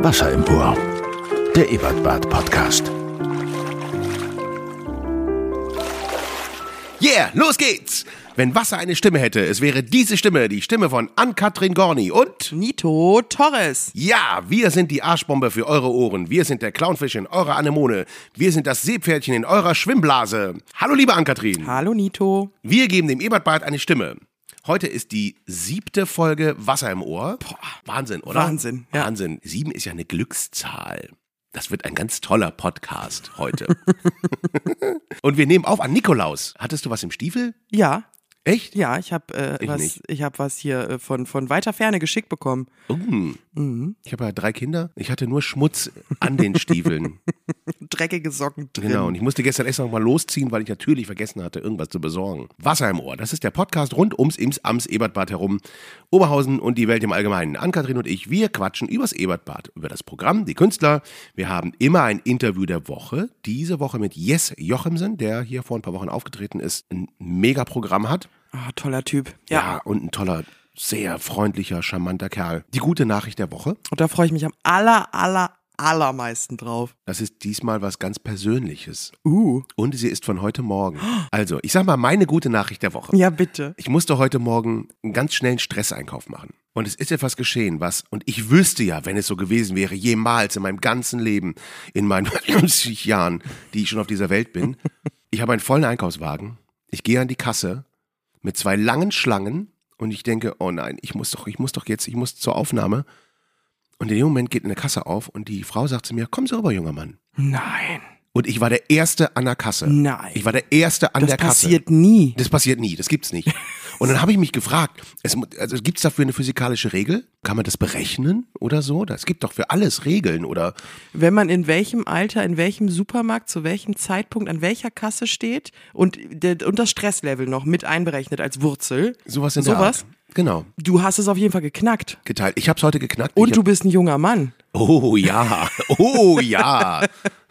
Wasser im Ohr, der Ebertbad-Podcast. Yeah, los geht's! Wenn Wasser eine Stimme hätte, es wäre diese Stimme, die Stimme von Ann-Kathrin Gorni und Nito Torres. Ja, wir sind die Arschbombe für eure Ohren. Wir sind der Clownfisch in eurer Anemone. Wir sind das Seepferdchen in eurer Schwimmblase. Hallo liebe Ann-Kathrin. Hallo Nito. Wir geben dem Ebertbad eine Stimme. Heute ist die 7. Folge Wasser im Ohr. Boah, Wahnsinn, oder? Wahnsinn, ja. Wahnsinn. 7 ist ja eine Glückszahl. Das wird ein ganz toller Podcast heute. Und wir nehmen auf an Nikolaus. Hattest du was im Stiefel? Ja. Echt? Ja, ich habe was hier von weiter Ferne geschickt bekommen. Ich habe ja 3 Kinder. Ich hatte nur Schmutz an den Stiefeln. Dreckige Socken drin. Genau, und ich musste gestern extra noch mal losziehen, weil ich natürlich vergessen hatte, irgendwas zu besorgen. Wasser im Ohr, das ist der Podcast rund ums Ebersbad herum. Oberhausen und die Welt im Allgemeinen. Ann-Kathrin und ich, wir quatschen übers Ebertbad, über das Programm, die Künstler. Wir haben immer ein Interview der Woche. Diese Woche mit Jes Jochimsen, der hier vor ein paar Wochen aufgetreten ist, ein Megaprogramm hat. Ah, toller Typ. Ja, und ein toller, sehr freundlicher, charmanter Kerl. Die gute Nachricht der Woche. Und da freue ich mich am allermeisten drauf. Das ist diesmal was ganz Persönliches. Und sie ist von heute Morgen. Also, ich sag mal, meine gute Nachricht der Woche. Ja, bitte. Ich musste heute Morgen einen ganz schnellen Stresseinkauf machen. Und es ist etwas geschehen, und ich wüsste ja, wenn es so gewesen wäre, jemals in meinem ganzen Leben, in meinen 50 Jahren, die ich schon auf dieser Welt bin. Ich habe einen vollen Einkaufswagen. Ich gehe an die Kasse mit 2 langen Schlangen und ich denke, oh nein, ich muss zur Aufnahme. Und in dem Moment geht eine Kasse auf und die Frau sagt zu mir, kommen Sie rüber, junger Mann. Nein. Und ich war der Erste an der Kasse. Nein. Ich war der Erste an der Kasse. Das passiert nie. Das passiert nie, das gibt's nicht. Und dann habe ich mich gefragt, gibt's dafür eine physikalische Regel? Kann man das berechnen oder so? Es gibt doch für alles Regeln, oder? Wenn man in welchem Alter, in welchem Supermarkt, zu welchem Zeitpunkt, an welcher Kasse steht und das Stresslevel noch mit einberechnet als Wurzel. Sowas in der Art. Genau. Du hast es auf jeden Fall geknackt. Geteilt. Ich habe es heute geknackt. Und du bist ein junger Mann. Oh ja, oh ja.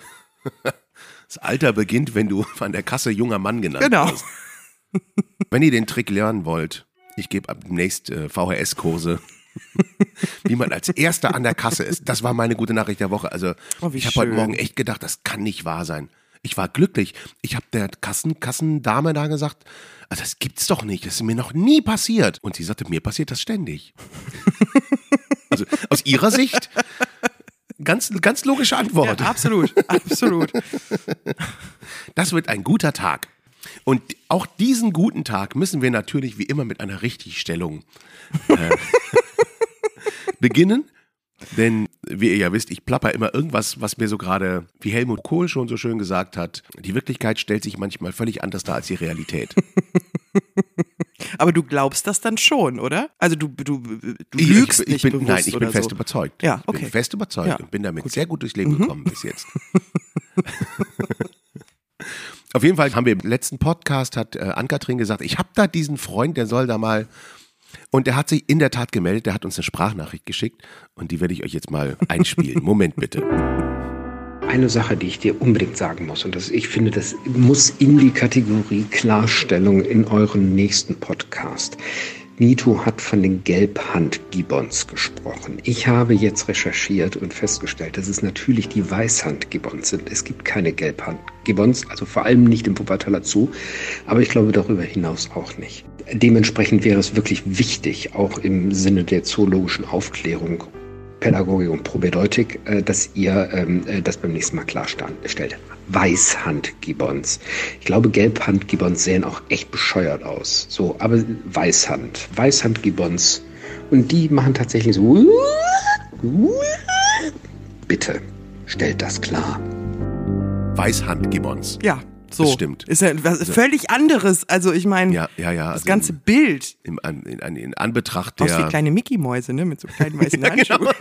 Das Alter beginnt, wenn du an der Kasse junger Mann genannt wirst. Wenn ihr den Trick lernen wollt, ich gebe ab demnächst VHS-Kurse, wie man als Erster an der Kasse ist. Das war meine gute Nachricht der Woche. Also ich habe heute Morgen echt gedacht, das kann nicht wahr sein. Ich war glücklich. Ich habe der Kassendame da gesagt, also das gibt's doch nicht, das ist mir noch nie passiert. Und sie sagte, mir passiert das ständig. Also aus ihrer Sicht, ganz logische Antwort. Ja, absolut. Das wird ein guter Tag. Und auch diesen guten Tag müssen wir natürlich wie immer mit einer Richtigstellung beginnen. Denn, wie ihr ja wisst, ich plapper immer irgendwas, was mir so gerade, wie Helmut Kohl schon so schön gesagt hat, die Wirklichkeit stellt sich manchmal völlig anders dar als die Realität. Aber du glaubst das dann schon, oder? Also du lügst nicht bewusst. Nein, ich bin oder fest so. überzeugt. Ja, okay. Ich bin fest überzeugt und bin damit sehr gut durchs Leben gekommen bis jetzt. Auf jeden Fall haben wir im letzten Podcast, hat Ann-Kathrin gesagt, ich habe da diesen Freund, der soll da mal... Und der hat sich in der Tat gemeldet, der hat uns eine Sprachnachricht geschickt und die werde ich euch jetzt mal einspielen. Moment bitte. Eine Sache, die ich dir unbedingt sagen muss, und ich finde, das muss in die Kategorie Klarstellung in euren nächsten Podcast. Nito hat von den Gelbhand-Gibbons gesprochen. Ich habe jetzt recherchiert und festgestellt, dass es natürlich die Weißhand-Gibbons sind. Es gibt keine Gelbhand-Gibbons, also vor allem nicht im Wuppertaler Zoo, aber ich glaube darüber hinaus auch nicht. Dementsprechend wäre es wirklich wichtig, auch im Sinne der zoologischen Aufklärung, Pädagogik und Probedeutik, dass ihr das beim nächsten Mal klarstellt. Weißhand-Gibbons. Ich glaube, Gelbhand-Gibbons sehen auch echt bescheuert aus. So, aber Weißhand-Gibbons. Und die machen tatsächlich so. Bitte, stellt das klar. Weißhand-Gibbons. Ja. So, das stimmt. Ist ja was völlig anderes. Also ich meine, ja, das also ganze Bild. In Anbetracht der... Aus wie kleine Mickey-Mäuse, ne? Mit so kleinen weißen Handschuhen. Genau.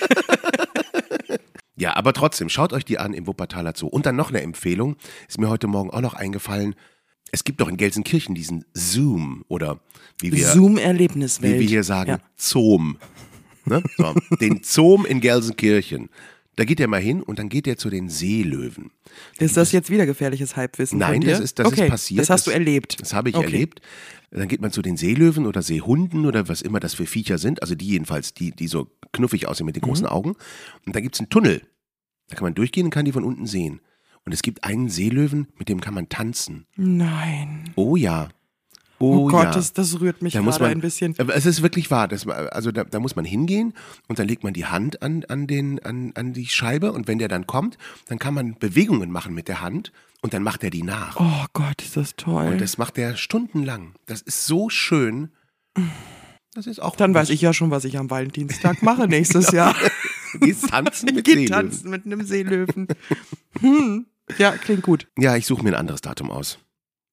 Ja, aber trotzdem, schaut euch die an im Wuppertaler Zoo. Und dann noch eine Empfehlung, ist mir heute Morgen auch noch eingefallen. Es gibt doch in Gelsenkirchen diesen Zoom oder wie wir... Zoom-Erlebniswelt. Wie wir hier sagen, Zoom. Ne? So, den Zoom in Gelsenkirchen. Da geht er mal hin und dann geht er zu den Seelöwen. Ist das jetzt wieder gefährliches Halbwissen Nein, von dir? das ist passiert. Das hast du erlebt. Das habe ich Okay. erlebt. Dann geht man zu den Seelöwen oder Seehunden oder was immer das für Viecher sind. Also die jedenfalls, die so knuffig aussehen mit den großen Augen. Und da gibt es einen Tunnel. Da kann man durchgehen und kann die von unten sehen. Und es gibt einen Seelöwen, mit dem kann man tanzen. Nein. Oh ja. Oh Gott, ja. das rührt mich Da muss gerade man, ein bisschen. aber es ist wirklich wahr. Da muss man hingehen und dann legt man die Hand an die Scheibe und wenn der dann kommt, dann kann man Bewegungen machen mit der Hand und dann macht er die nach. Oh Gott, ist das toll. Und das macht er stundenlang. Das ist so schön. Das ist auch Dann weiß ich ja schon, was ich am Valentinstag mache nächstes Jahr. Gehst tanzen mit Geht Seelöwen. tanzen mit einem Seelöwen. Ja, klingt gut. Ja, ich suche mir ein anderes Datum aus.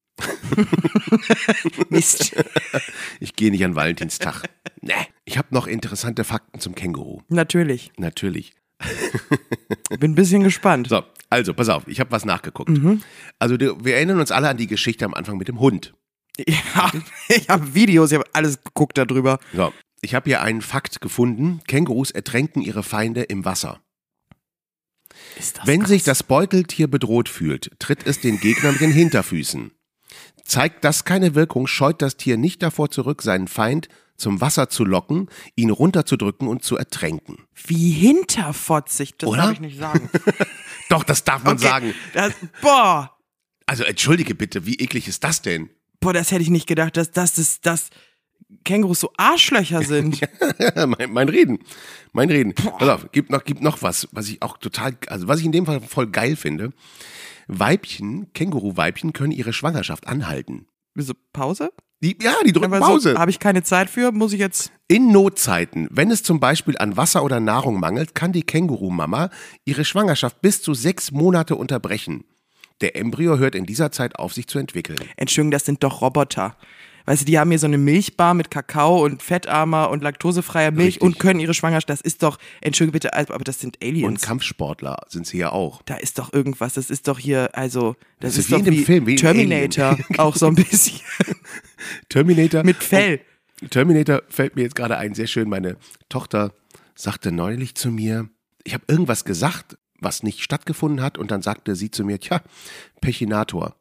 Mist. Ich gehe nicht an Valentinstag. Nee. Ich habe noch interessante Fakten zum Känguru. Natürlich. Natürlich. Bin ein bisschen gespannt. So, also, pass auf, ich habe was nachgeguckt. Also, wir erinnern uns alle an die Geschichte am Anfang mit dem Hund. Ja, ich habe Videos, ich habe alles geguckt darüber. So, ich habe hier einen Fakt gefunden. Kängurus ertränken ihre Feinde im Wasser. Ist das Wenn krass? sich das Beuteltier bedroht fühlt, tritt es den Gegner mit den Hinterfüßen. Zeigt das keine Wirkung, scheut das Tier nicht davor zurück, seinen Feind zum Wasser zu locken, ihn runterzudrücken und zu ertränken. Wie hinterfotzig, das Oder? darf ich nicht sagen. Doch, das darf man sagen. Boah, Also entschuldige bitte, wie eklig ist das denn? das hätte ich nicht gedacht, dass Kängurus so Arschlöcher sind. mein Reden. Pass auf, gibt noch was ich auch was ich in dem Fall voll geil finde. Känguru-Weibchen können ihre Schwangerschaft anhalten. Wieso, Pause? Die drücken Aber Pause. so, habe ich keine Zeit für, muss ich jetzt... In Notzeiten, wenn es zum Beispiel an Wasser oder Nahrung mangelt, kann die Kängurumama ihre Schwangerschaft bis zu 6 Monate unterbrechen. Der Embryo hört in dieser Zeit auf, sich zu entwickeln. Entschuldigung, das sind doch Roboter. Weißt du, die haben hier so eine Milchbar mit Kakao und fettarmer und laktosefreier Milch Richtig. und können ihre Schwangerschaft, das ist doch, entschuldige bitte, aber das sind Und Aliens. Kampfsportler sind sie ja auch. Da ist doch irgendwas, das ist doch hier, also, das ist ist wie doch in dem wie Film, wie in Terminator, Alien. auch so ein bisschen. Terminator. Mit Fell. Terminator fällt mir jetzt gerade ein, sehr schön. Meine Tochter sagte neulich zu mir, ich habe irgendwas gesagt, was nicht stattgefunden hat und dann sagte sie zu mir, tja, Pechinator.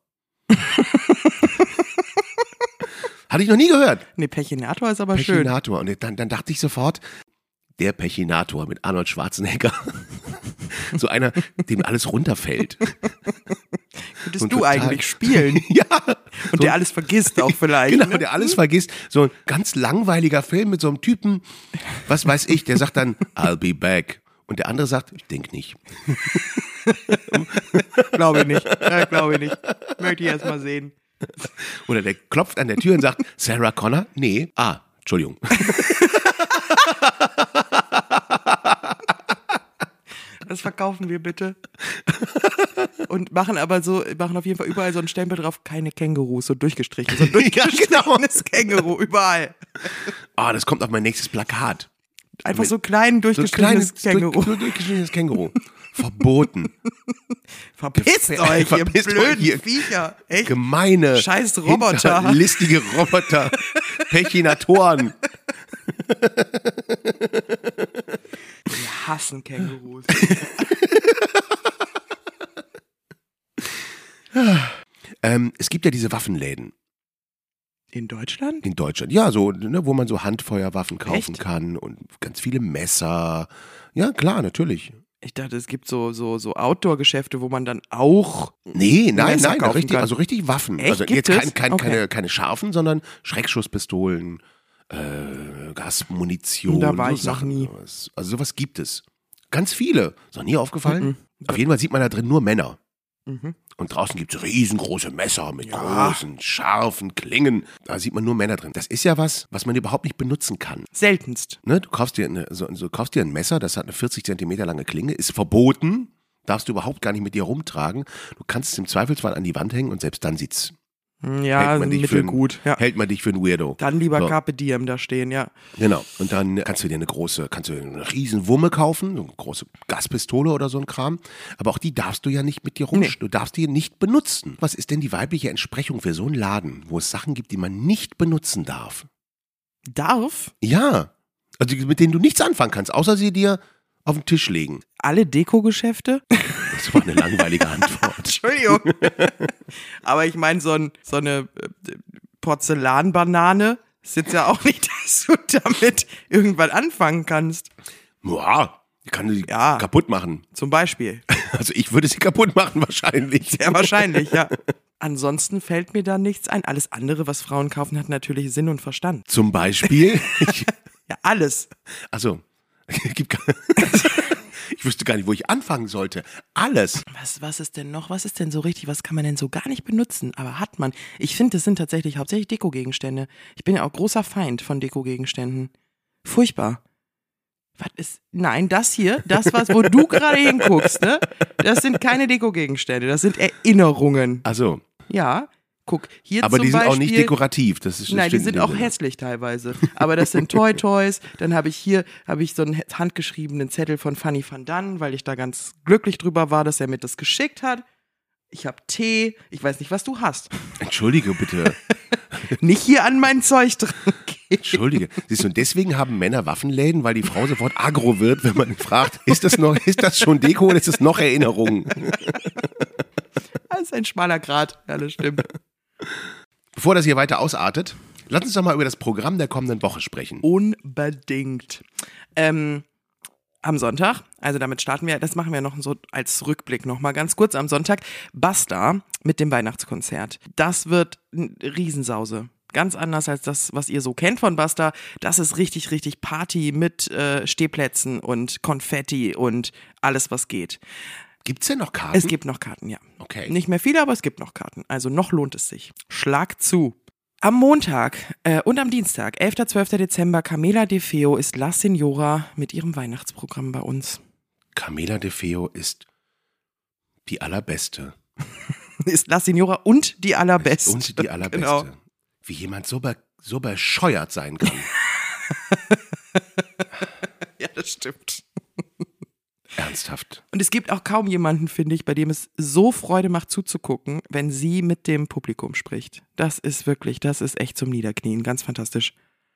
Hatte ich noch nie gehört. Nee, Pechinator ist aber schön. Pechinator. Und dann dachte ich sofort, der Pechinator mit Arnold Schwarzenegger. So einer, dem alles runterfällt. Würdest Und du total- eigentlich spielen? Ja. Und der alles vergisst auch vielleicht. Genau, ne? der alles vergisst. So ein ganz langweiliger Film mit so einem Typen, was weiß ich, der sagt dann, I'll be back. Und der andere sagt, ich denk nicht. Glaube ich nicht. Ja, glaube ich nicht. Möchte ich erst mal sehen. Oder der klopft an der Tür und sagt, Sarah Connor? Nee. Ah, Entschuldigung. Das verkaufen wir bitte. Und machen auf jeden Fall überall so einen Stempel drauf, keine Kängurus, so durchgestrichen. So ein durchgestrichenes Känguru, überall. Ah, das kommt auf mein nächstes Plakat. Einfach so klein durchgestrichenes Känguru. Durchgestrichenes Känguru. Verboten. Verpisst euch, ihr Verpisst blöden euch, ihr Viecher. Echt? Gemeine, Scheiß Roboter. listige Roboter. Pechinatoren. Wir hassen Kängurus. Es gibt ja diese Waffenläden In Deutschland? in Deutschland. Ja, so, ne, wo man so Handfeuerwaffen kaufen Echt? kann und ganz viele Messer. Ja, klar, natürlich. Ich dachte, es gibt so Outdoor-Geschäfte, wo man dann auch... Nee, nein, Messer kaufen richtig, kann. also richtig Waffen. Echt? Also Gibt jetzt es? keine scharfen, sondern Schreckschusspistolen, Gasmunition. Da war so ich noch Sachen. nie. Also sowas gibt es. Ganz viele. Ist noch nie aufgefallen? Auf jeden Fall sieht man da drin nur Männer. Und draußen gibt es riesengroße Messer mit großen, scharfen Klingen. Da sieht man nur Männer drin. Das ist ja was man überhaupt nicht benutzen kann. Seltenst. Ne? Du kaufst dir, kaufst dir ein Messer, das hat eine 40 Zentimeter lange Klinge, ist verboten, darfst du überhaupt gar nicht mit dir rumtragen. Du kannst es im Zweifelsfall an die Wand hängen und selbst dann sieht's. Ja, mittelgut. Ja. Hält man dich für einen Weirdo. Dann lieber So. Carpe Diem da stehen, ja. Genau. Und dann kannst du dir eine riesen Wumme kaufen, so eine große Gaspistole oder so ein Kram. Aber auch die darfst du ja nicht mit dir Du darfst die nicht benutzen. Was ist denn die weibliche Entsprechung für so einen Laden, wo es Sachen gibt, die man nicht benutzen darf? Darf? Ja. Also mit denen du nichts anfangen kannst, außer sie dir auf den Tisch legen. Alle Dekogeschäfte? Das war eine langweilige Antwort. Entschuldigung. Aber ich meine, so eine Porzellanbanane ist jetzt ja auch nicht, dass du damit irgendwann anfangen kannst. Boah, ich kann sie kaputt machen. Zum Beispiel. Also ich würde sie kaputt machen wahrscheinlich. Sehr wahrscheinlich, ja. Ansonsten fällt mir da nichts ein. Alles andere, was Frauen kaufen, hat natürlich Sinn und Verstand. Zum Beispiel? Ja, alles. Also, ich wüsste gar nicht, wo ich anfangen sollte. Alles. Was ist denn noch? Was ist denn so richtig? Was kann man denn so gar nicht benutzen? Aber hat man. Ich finde, das sind tatsächlich hauptsächlich Dekogegenstände. Ich bin ja auch großer Feind von Dekogegenständen. Furchtbar. Was ist? Nein, das hier, wo du gerade hinguckst, ne? Das sind keine Dekogegenstände, das sind Erinnerungen. Also. Ja, guck, hier aber zum die sind Beispiel, auch nicht dekorativ. Nein, die sind auch hässlich teilweise. Aber das sind Toy-Toys. Dann habe ich so einen handgeschriebenen Zettel von Fanny van Dann, weil ich da ganz glücklich drüber war, dass er mir das geschickt hat. Ich habe Tee. Ich weiß nicht, was du hast. Entschuldige bitte. Nicht hier an mein Zeug dran gehen. Entschuldige. Siehst du, und deswegen haben Männer Waffenläden, weil die Frau sofort aggro wird, wenn man fragt, ist das schon Deko oder ist das noch Erinnerung? Das ist ein schmaler Grat. Ja, das stimmt. Bevor das hier weiter ausartet, lass uns doch mal über das Programm der kommenden Woche sprechen. Unbedingt. Am Sonntag, also damit starten wir, das machen wir noch so als Rückblick nochmal ganz kurz, am Sonntag Basta mit dem Weihnachtskonzert. Das wird eine Riesensause. Ganz anders als das, was ihr so kennt von Basta. Das ist richtig, richtig Party mit Stehplätzen und Konfetti und alles, was geht. Gibt's denn noch Karten? Es gibt noch Karten, ja. Okay. Nicht mehr viele, aber es gibt noch Karten. Also noch lohnt es sich. Schlag zu. Am Montag und am Dienstag, 11. 12. Dezember, Camela De Feo ist La Signora mit ihrem Weihnachtsprogramm bei uns. Camela De Feo ist die Allerbeste. Ist La Signora und die Allerbeste. Und die Allerbeste. Genau. Wie jemand so bescheuert sein kann. Ja, das stimmt. Ernsthaft. Und es gibt auch kaum jemanden, finde ich, bei dem es so Freude macht zuzugucken, wenn sie mit dem Publikum spricht. Das ist echt zum Niederknien. Ganz fantastisch.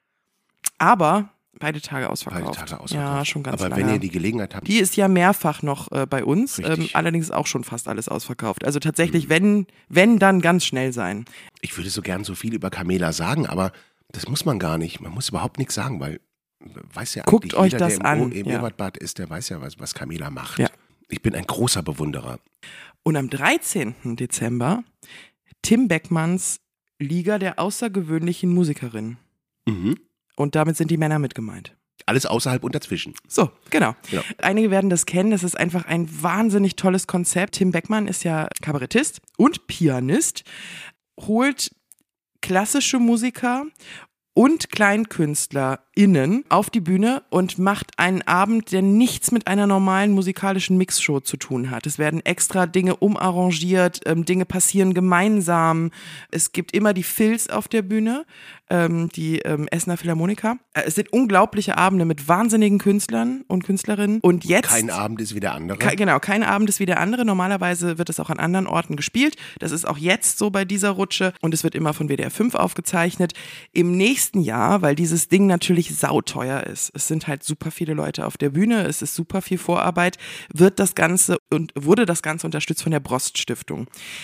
Aber beide Tage ausverkauft. Ja, schon ganz lange. Aber wenn ihr die Gelegenheit habt. Die ist ja mehrfach noch bei uns, Richtig. allerdings auch schon fast alles ausverkauft. Also tatsächlich, wenn dann ganz schnell sein. Ich würde so gern so viel über Camela sagen, aber das muss man gar nicht. Man muss überhaupt nichts sagen, weil weiß ja guckt eigentlich euch jeder, das der an. im Ebertbad ist, der weiß ja, was Camela macht. Ja. Ich bin ein großer Bewunderer. Und am 13. Dezember Tim Beckmanns Liga der außergewöhnlichen Musikerinnen. Mhm. Und damit sind die Männer mit gemeint. Alles außerhalb und dazwischen. So, genau. Ja. Einige werden das kennen, das ist einfach ein wahnsinnig tolles Konzept. Tim Beckmann ist ja Kabarettist und Pianist, holt klassische Musiker und KleinkünstlerInnen auf die Bühne und macht einen Abend, der nichts mit einer normalen musikalischen Mixshow zu tun hat. Es werden extra Dinge umarrangiert, Dinge passieren gemeinsam. Es gibt immer die Phils auf der Bühne, die Essener Philharmoniker. Es sind unglaubliche Abende mit wahnsinnigen Künstlern und Künstlerinnen. Und jetzt Kein Abend ist wie der andere. Kein Abend ist wie der andere. Normalerweise wird es auch an anderen Orten gespielt. Das ist auch jetzt so bei dieser Rutsche. Und es wird immer von WDR 5 aufgezeichnet. Im nächsten Jahr, weil dieses Ding natürlich sauteuer ist, es sind halt super viele Leute auf der Bühne, es ist super viel Vorarbeit, wurde das Ganze unterstützt von der Brost Stiftung.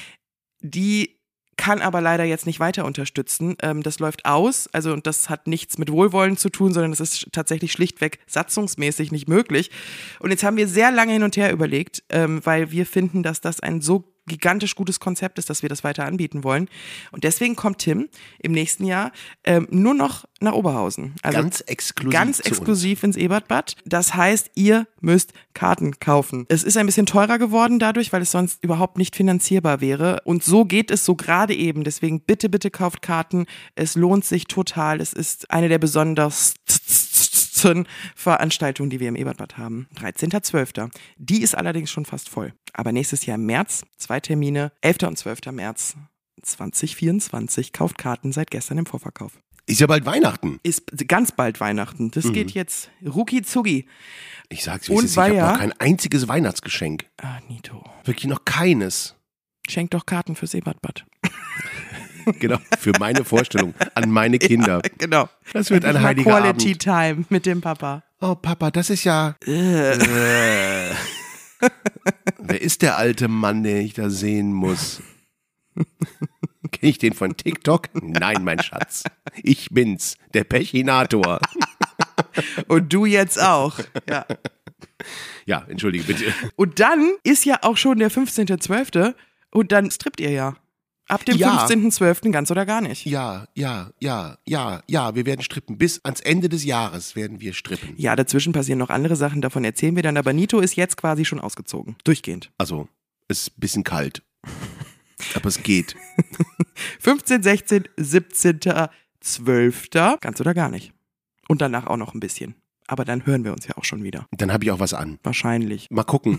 Die kann aber leider jetzt nicht weiter unterstützen. Das läuft aus, also und das hat nichts mit Wohlwollen zu tun, sondern das ist tatsächlich schlichtweg satzungsmäßig nicht möglich. Und jetzt haben wir sehr lange hin und her überlegt, weil wir finden, dass das ein so gigantisch gutes Konzept ist, dass wir das weiter anbieten wollen. Und deswegen kommt Tim im nächsten Jahr nur noch nach Oberhausen. Also ganz exklusiv ins Ebertbad. Das heißt, ihr müsst Karten kaufen. Es ist ein bisschen teurer geworden dadurch, weil es sonst überhaupt nicht finanzierbar wäre. Und so geht es so gerade eben. Deswegen bitte, bitte kauft Karten. Es lohnt sich total. Es ist eine der besondersten Veranstaltungen, die wir im Ebertbad haben. 13.12. Die ist allerdings schon fast voll. Aber nächstes Jahr im März, 2 Termine, 11. und 12. März 2024. Kauft Karten seit gestern im Vorverkauf. Ist ja bald Weihnachten. Ist ganz bald Weihnachten. Das geht jetzt rucki zucki. Ich sag's, wie es ist, ich habe noch kein einziges Weihnachtsgeschenk. Ah, Nito. Wirklich noch keines. Schenk doch Karten fürs Ebertbad. Genau, für meine Vorstellung an meine Kinder. Ja, genau. Das wird ein heiliger Quality Abend. Time mit dem Papa. Oh Papa, das ist ja... Wer ist der alte Mann, den ich da sehen muss? Kenn ich den von TikTok? Nein, mein Schatz. Ich bin's, der Pechinator. Und du jetzt auch. Ja. Ja, entschuldige bitte. Und dann ist ja auch schon der 15.12. und dann strippt ihr ja. Ab dem 15.12. ganz oder gar nicht. Ja, wir werden strippen. Bis ans Ende des Jahres werden wir strippen. Ja, dazwischen passieren noch andere Sachen, davon erzählen wir dann. Aber Nito ist jetzt quasi schon ausgezogen. Durchgehend. Also, es ist ein bisschen kalt. Aber es geht. 15, 16, 17, 12. Ganz oder gar nicht. Und danach auch noch ein bisschen. Aber dann hören wir uns ja auch schon wieder. Dann habe ich auch was an. Wahrscheinlich. Mal gucken.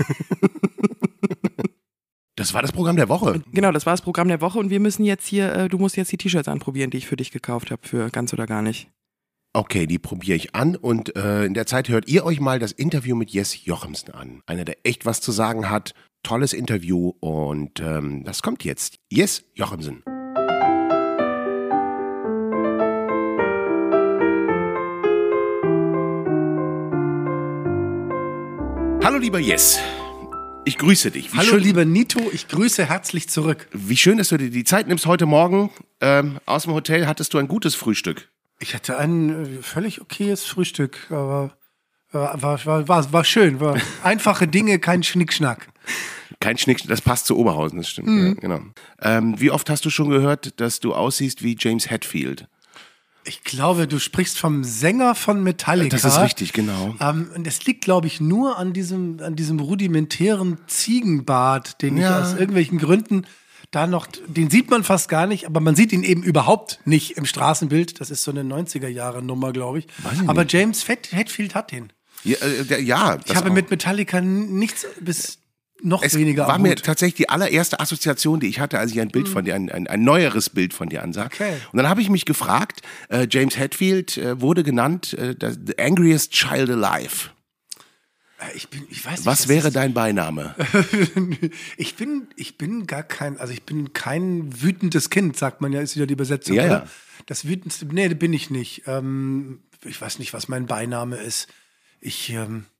Das war das Programm der Woche. Genau, das war das Programm der Woche und wir müssen jetzt hier, du musst jetzt die T-Shirts anprobieren, die ich für dich gekauft habe, für ganz oder gar nicht. Okay, die probiere ich an und in der Zeit hört ihr euch mal das Interview mit Jes Jochemsen an. Einer, der echt was zu sagen hat. Tolles Interview und das kommt jetzt. Jes Jochemsen. Hallo lieber Jes, ich grüße dich. Hallo lieber Nito, ich grüße herzlich zurück. Wie schön, dass du dir die Zeit nimmst heute Morgen. Aus dem Hotel hattest du ein gutes Frühstück. Ich hatte ein völlig okayes Frühstück, aber war schön. War einfache Dinge, kein Schnickschnack. Kein Schnickschnack, das passt zu Oberhausen, das stimmt. Ja, genau. Wie oft hast du schon gehört, dass du aussiehst wie James Hetfield? Ich glaube, du sprichst vom Sänger von Metallica. Das ist richtig, genau. Und es liegt, glaube ich, nur an diesem rudimentären Ziegenbart, den ich aus irgendwelchen Gründen da noch, den sieht man fast gar nicht, aber man sieht ihn eben überhaupt nicht im Straßenbild. Das ist so eine 90er-Jahre-Nummer, glaube ich. Aber James Hetfield hat den. Ja, ich habe mit Metallica nichts bis noch weniger. Es war mir tatsächlich die allererste Assoziation, die ich hatte, als ich ein Bild von dir, ein neueres Bild von dir ansah. Okay. Und dann habe ich mich gefragt, James Hetfield wurde genannt the angriest child alive. Ich weiß nicht, was wäre dein Beiname? Ich bin kein wütendes Kind, sagt man ja, ist wieder die Übersetzung, ja, oder? Ja. Das wütendste, nee, bin ich nicht. Ich weiß nicht, was mein Beiname ist. Ich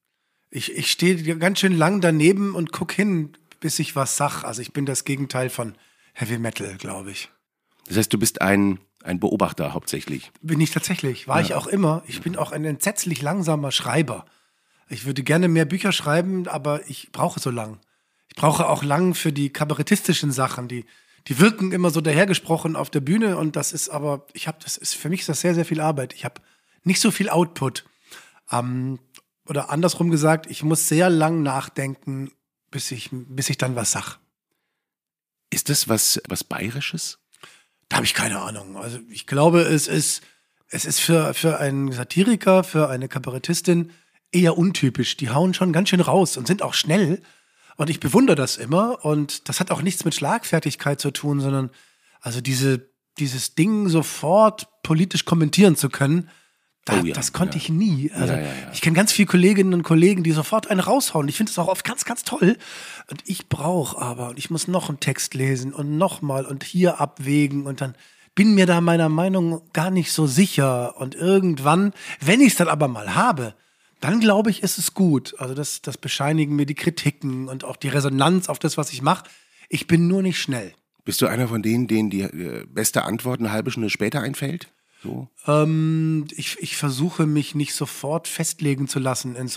stehe ganz schön lang daneben und guck hin, bis ich was sag. Also ich bin das Gegenteil von Heavy Metal, glaube ich. Das heißt, du bist ein Beobachter hauptsächlich? Bin ich tatsächlich. War ich auch immer. Ich bin auch ein entsetzlich langsamer Schreiber. Ich würde gerne mehr Bücher schreiben, aber ich brauche so lang. Ich brauche auch lang für die kabarettistischen Sachen. Die wirken immer so dahergesprochen auf der Bühne und das ist aber, für mich ist das sehr, sehr viel Arbeit. Ich habe nicht so viel Output. Oder andersrum gesagt, ich muss sehr lang nachdenken, bis ich dann was sag. Ist das was Bayerisches? Da habe ich keine Ahnung. Also ich glaube, es ist für einen Satiriker, für eine Kabarettistin eher untypisch. Die hauen schon ganz schön raus und sind auch schnell. Und ich bewundere das immer. Und das hat auch nichts mit Schlagfertigkeit zu tun, sondern also dieses Ding sofort politisch kommentieren zu können, das konnte ich nie. Also ich kenne ganz viele Kolleginnen und Kollegen, die sofort einen raushauen. Ich finde das auch oft ganz, ganz toll. Und ich muss noch einen Text lesen und nochmal und hier abwägen und dann bin mir da meiner Meinung gar nicht so sicher. Und irgendwann, wenn ich es dann aber mal habe, dann glaube ich, ist es gut. Also das bescheinigen mir die Kritiken und auch die Resonanz auf das, was ich mache. Ich bin nur nicht schnell. Bist du einer von denen die beste Antwort eine halbe Stunde später einfällt? So? Ich versuche mich nicht sofort festlegen zu lassen in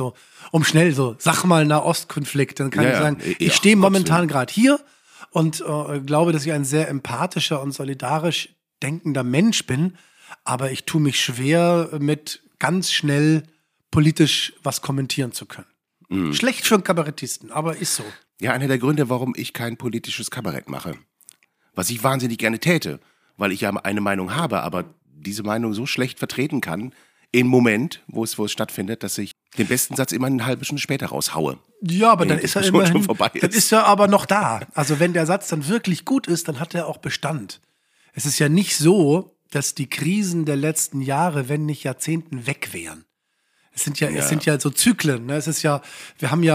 sag mal Nahostkonflikt. Dann kann ich sagen, ich stehe momentan gerade hier und glaube, dass ich ein sehr empathischer und solidarisch denkender Mensch bin. Aber ich tue mich schwer mit ganz schnell politisch was kommentieren zu können. Mhm. Schlecht für einen Kabarettisten, aber ist so. Ja, einer der Gründe, warum ich kein politisches Kabarett mache. Was ich wahnsinnig gerne täte, weil ich ja eine Meinung habe, aber diese Meinung so schlecht vertreten kann, im Moment, wo es stattfindet, dass ich den besten Satz immer eine halbe Stunde später raushaue. Ja, aber dann ist er immerhin, schon vorbei ist. Dann ist er aber noch da. Also wenn der Satz dann wirklich gut ist, dann hat er auch Bestand. Es ist ja nicht so, dass die Krisen der letzten Jahre, wenn nicht Jahrzehnten, weg wären. Es sind ja so Zyklen. Ne? Es ist ja, wir haben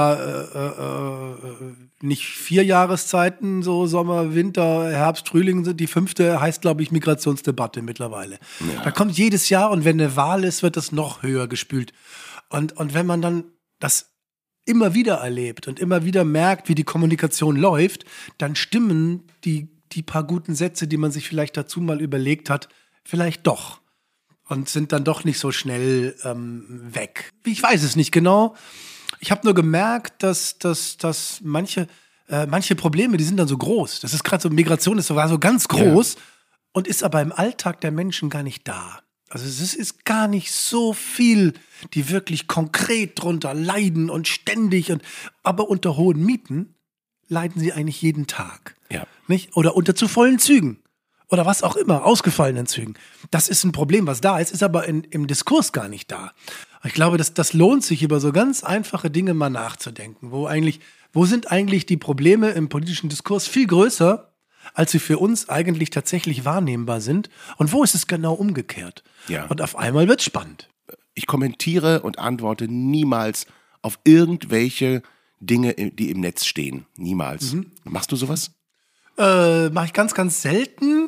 ja nicht 4 Jahreszeiten, so Sommer, Winter, Herbst, Frühling. Die 5. heißt, glaube ich, Migrationsdebatte mittlerweile. Ja. Da kommt jedes Jahr und wenn eine Wahl ist, wird das noch höher gespült. Und wenn man dann das immer wieder erlebt und immer wieder merkt, wie die Kommunikation läuft, dann stimmen die paar guten Sätze, die man sich vielleicht dazu mal überlegt hat, vielleicht doch. Und sind dann doch nicht so schnell weg. Ich weiß es nicht genau. Ich habe nur gemerkt, dass manche Probleme, die sind dann so groß. Das ist gerade so, Migration ist sogar so ganz groß und ist aber im Alltag der Menschen gar nicht da. Also es ist gar nicht so viel, die wirklich konkret drunter leiden und ständig, aber unter hohen Mieten leiden sie eigentlich jeden Tag. Ja. Nicht? Oder unter zu vollen Zügen. Oder was auch immer, ausgefallenen Zügen. Das ist ein Problem, was da ist aber im Diskurs gar nicht da. Ich glaube, das lohnt sich, über so ganz einfache Dinge mal nachzudenken. Wo sind eigentlich die Probleme im politischen Diskurs viel größer, als sie für uns eigentlich tatsächlich wahrnehmbar sind? Und wo ist es genau umgekehrt? Ja. Und auf einmal wird's spannend. Ich kommentiere und antworte niemals auf irgendwelche Dinge, die im Netz stehen. Niemals. Machst du sowas? Mache ich ganz, ganz selten.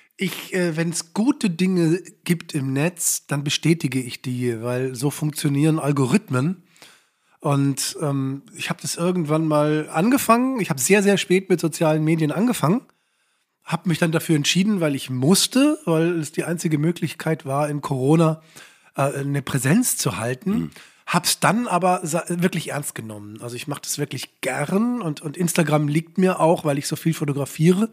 Wenn es gute Dinge gibt im Netz, dann bestätige ich die, weil so funktionieren Algorithmen. Und ich habe das irgendwann mal angefangen. Ich habe sehr, sehr spät mit sozialen Medien angefangen. Habe mich dann dafür entschieden, weil es die einzige Möglichkeit war, in Corona eine Präsenz zu halten. Hab's dann aber wirklich ernst genommen. Also ich mache das wirklich gern und Instagram liegt mir auch, weil ich so viel fotografiere.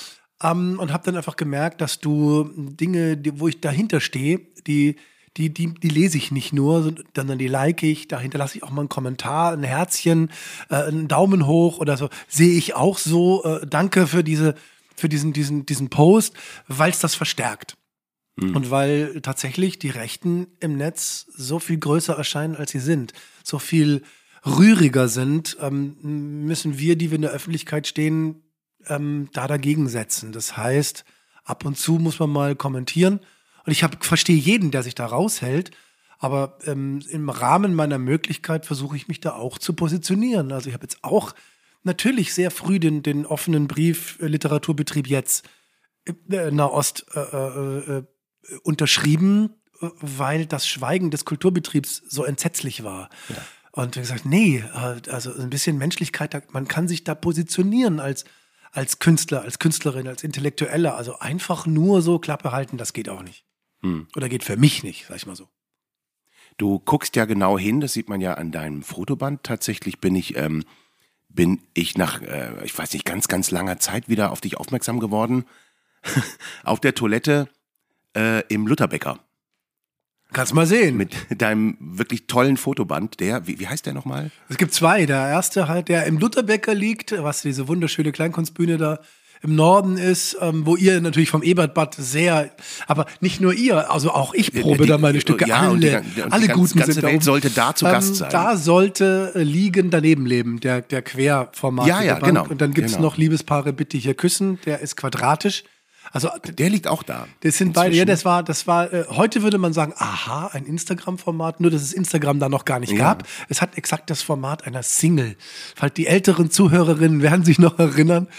Und habe dann einfach gemerkt, dass du Dinge, wo ich dahinter stehe, die lese ich nicht nur, sondern die like ich. Da hinterlasse ich auch mal einen Kommentar, ein Herzchen, einen Daumen hoch oder so. Sehe ich auch so. Danke für diesen Post, weil es das verstärkt. Und weil tatsächlich die Rechten im Netz so viel größer erscheinen, als sie sind, so viel rühriger sind, müssen wir, die wir in der Öffentlichkeit stehen, da dagegen setzen. Das heißt, ab und zu muss man mal kommentieren. Und ich verstehe jeden, der sich da raushält, aber im Rahmen meiner Möglichkeit versuche ich mich da auch zu positionieren. Also ich habe jetzt auch natürlich sehr früh den offenen Brief Literaturbetrieb jetzt Nahost unterschrieben, weil das Schweigen des Kulturbetriebs so entsetzlich war. Ja. Und ich gesagt, nee, also ein bisschen Menschlichkeit, man kann sich da positionieren als Künstler, als Künstlerin, als Intellektueller. Also einfach nur so Klappe halten, das geht auch nicht. Oder geht für mich nicht, sag ich mal so. Du guckst ja genau hin, das sieht man ja an deinem Fotoband. Tatsächlich bin ich nach, ich weiß nicht, ganz, ganz langer Zeit wieder auf dich aufmerksam geworden. Auf der Toilette im Lutherbäcker. Kannst mal sehen. Mit deinem wirklich tollen Fotoband, wie heißt der nochmal? Es gibt zwei. Der erste halt, der im Lutherbäcker liegt, was diese wunderschöne Kleinkunstbühne da im Norden ist, wo ihr natürlich vom Ebertbad aber nicht nur ihr, also auch ich probe da meine Stücke. Ja, alle guten ganze sind Welt da oben. sollte da zu Gast sein. Da sollte daneben leben, der Querformat. Ja, genau. Und dann gibt's noch Liebespaare bitte hier küssen, der ist quadratisch. Also der liegt auch da. Das sind beide. Ja, das war. Heute würde man sagen, aha, ein Instagram-Format. Nur dass es Instagram da noch gar nicht gab. Es hat exakt das Format einer Single. Falls die älteren Zuhörerinnen werden sich noch erinnern.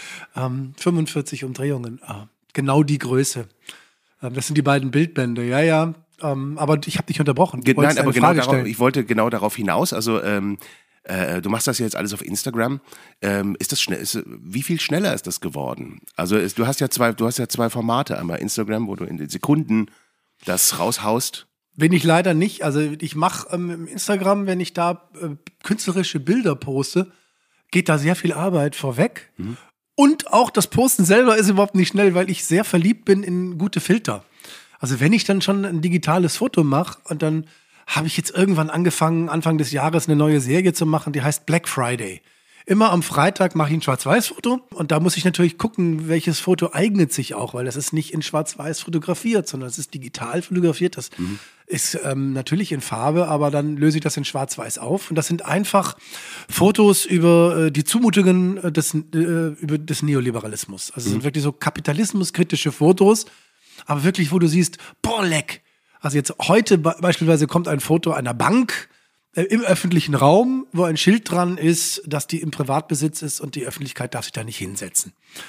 45 Umdrehungen. Genau die Größe. Das sind die beiden Bildbände. Ja. Aber ich habe dich unterbrochen. Nein, aber ich wollte genau darauf hinaus. Also du machst das jetzt alles auf Instagram. Ist das schnell? Wie viel schneller ist das geworden? Also du hast ja zwei Formate. Einmal Instagram, wo du in den Sekunden das raushaust. Bin ich leider nicht. Also ich mache im Instagram, wenn ich da künstlerische Bilder poste, geht da sehr viel Arbeit vorweg. Und auch das Posten selber ist überhaupt nicht schnell, weil ich sehr verliebt bin in gute Filter. Also wenn ich dann schon ein digitales Foto mache und dann habe ich jetzt irgendwann angefangen, Anfang des Jahres eine neue Serie zu machen, die heißt Black Friday. Immer am Freitag mache ich ein Schwarz-Weiß-Foto und da muss ich natürlich gucken, welches Foto eignet sich auch, weil das ist nicht in Schwarz-Weiß fotografiert, sondern es ist digital fotografiert. Das ist natürlich in Farbe, aber dann löse ich das in Schwarz-Weiß auf. Und das sind einfach Fotos über die Zumutungen des Neoliberalismus. Also es sind wirklich so kapitalismuskritische Fotos, aber wirklich, wo du siehst, boah, leck. Also jetzt heute beispielsweise kommt ein Foto einer Bank im öffentlichen Raum, wo ein Schild dran ist, dass die im Privatbesitz ist und die Öffentlichkeit darf sich da nicht hinsetzen.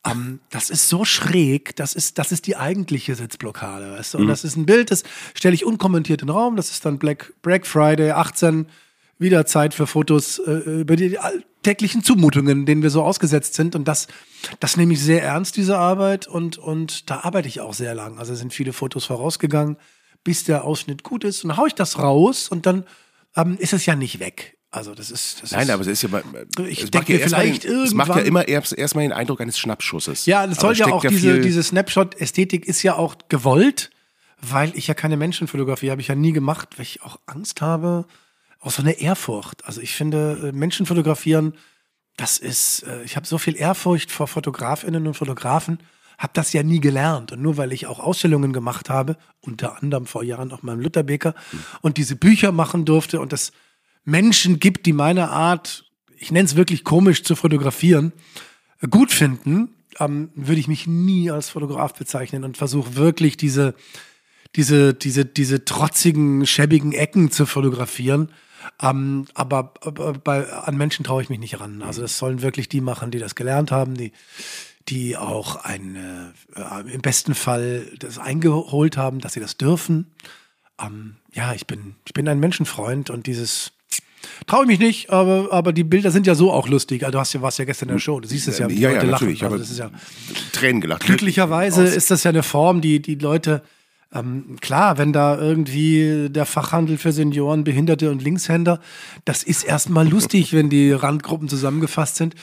Das ist so schräg, das ist die eigentliche Sitzblockade, weißt du? Und das ist ein Bild, das stelle ich unkommentiert in den Raum, das ist dann Black Friday 18, wieder Zeit für Fotos über die alltäglichen Zumutungen, denen wir so ausgesetzt sind. Und das nehme ich sehr ernst, diese Arbeit. Und da arbeite ich auch sehr lang. Also sind viele Fotos vorausgegangen, bis der Ausschnitt gut ist. Und dann haue ich das raus und dann ist es ja nicht weg. Also das ist. Nein, aber es ist ja mal. Ich denke vielleicht irgendwann. Es macht ja immer erstmal den Eindruck eines Schnappschusses. Ja, das soll ja auch diese Snapshot-Ästhetik ist ja auch gewollt, weil ich ja keine Menschenfotografie habe ich ja nie gemacht, weil ich auch Angst habe. Auch so eine Ehrfurcht. Also ich finde, Menschen fotografieren, das ist, ich habe so viel Ehrfurcht vor Fotografinnen und Fotografen, habe das ja nie gelernt. Und nur weil ich auch Ausstellungen gemacht habe, unter anderem vor Jahren auch mal im Lutherbeker, und diese Bücher machen durfte und es Menschen gibt, die meine Art, ich nenne es wirklich komisch zu fotografieren, gut finden, würde ich mich nie als Fotograf bezeichnen und versuche wirklich diese trotzigen, schäbigen Ecken zu fotografieren. Aber an Menschen traue ich mich nicht ran. Also das sollen wirklich die machen, die das gelernt haben, die auch im besten Fall das eingeholt haben, dass sie das dürfen. Ich bin ein Menschenfreund und dieses traue ich mich nicht, aber die Bilder sind ja so auch lustig. Also warst ja gestern in der Show, du siehst es ja, wie die Leute lachen. Also das ist ja Tränen gelacht. Glücklicherweise ist das ja eine Form, die Leute klar, wenn da irgendwie der Fachhandel für Senioren, Behinderte und Linkshänder, das ist erstmal lustig, wenn die Randgruppen zusammengefasst sind.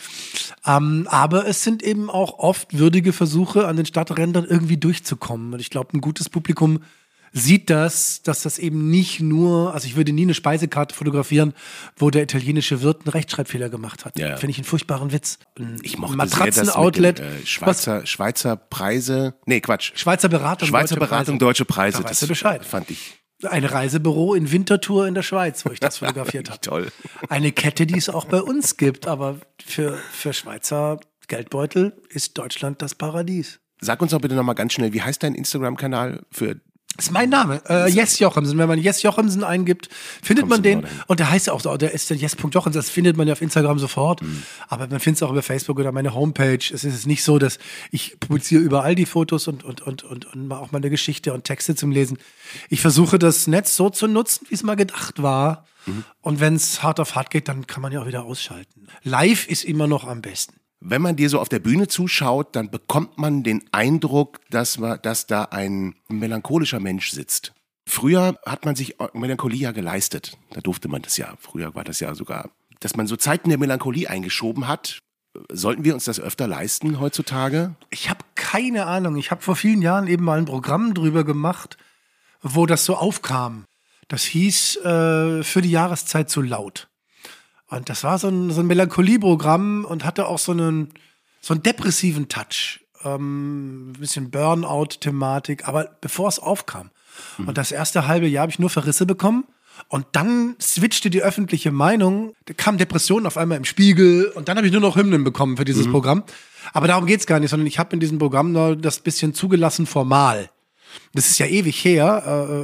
Aber es sind eben auch oft würdige Versuche, an den Stadträndern irgendwie durchzukommen. Und ich glaube, ein gutes Publikum sieht dass das eben nicht nur, also ich würde nie eine Speisekarte fotografieren, wo der italienische Wirt einen Rechtschreibfehler gemacht hat. Ja. Finde ich einen furchtbaren Witz. Ich mochte Matratzen-Outlet. Schweizer Preise, Schweizer Beratung, Deutsche Preise. Das Bescheid. Fand ich. Ein Reisebüro in Winterthur in der Schweiz, wo ich das fotografiert habe. Toll. Eine Kette, die es auch bei uns gibt, aber für Schweizer Geldbeutel ist Deutschland das Paradies. Sag uns doch bitte nochmal ganz schnell, wie heißt dein Instagram-Kanal für... Das ist mein Name, Jess Jochemsen. Wenn man Jess Jochemsen eingibt, findet man den. Und der heißt ja auch so, der ist der Jess.Jochemsen, das findet man ja auf Instagram sofort. Aber man findet es auch über Facebook oder meine Homepage. Es ist nicht so, dass ich publiziere überall die Fotos und auch meine Geschichte und Texte zum Lesen. Ich versuche das Netz so zu nutzen, wie es mal gedacht war. Und wenn es hart auf hart geht, dann kann man ja auch wieder ausschalten. Live ist immer noch am besten. Wenn man dir so auf der Bühne zuschaut, dann bekommt man den Eindruck, dass da ein melancholischer Mensch sitzt. Früher hat man sich Melancholie ja geleistet. Da durfte man das ja. Früher war das ja sogar, dass man so Zeiten der Melancholie eingeschoben hat. Sollten wir uns das öfter leisten heutzutage? Ich habe keine Ahnung. Ich habe vor vielen Jahren eben mal ein Programm drüber gemacht, wo das so aufkam. Das hieß für die Jahreszeit zu laut. Und das war so ein Melancholie-Programm und hatte auch so einen depressiven Touch. Ein bisschen Burnout-Thematik, aber bevor es aufkam. Und das erste halbe Jahr habe ich nur Verrisse bekommen. Und dann switchte die öffentliche Meinung, da kamen Depressionen auf einmal im Spiegel und dann habe ich nur noch Hymnen bekommen für dieses Programm. Aber darum geht's gar nicht, sondern ich habe in diesem Programm nur das bisschen zugelassen formal. Das ist ja ewig her,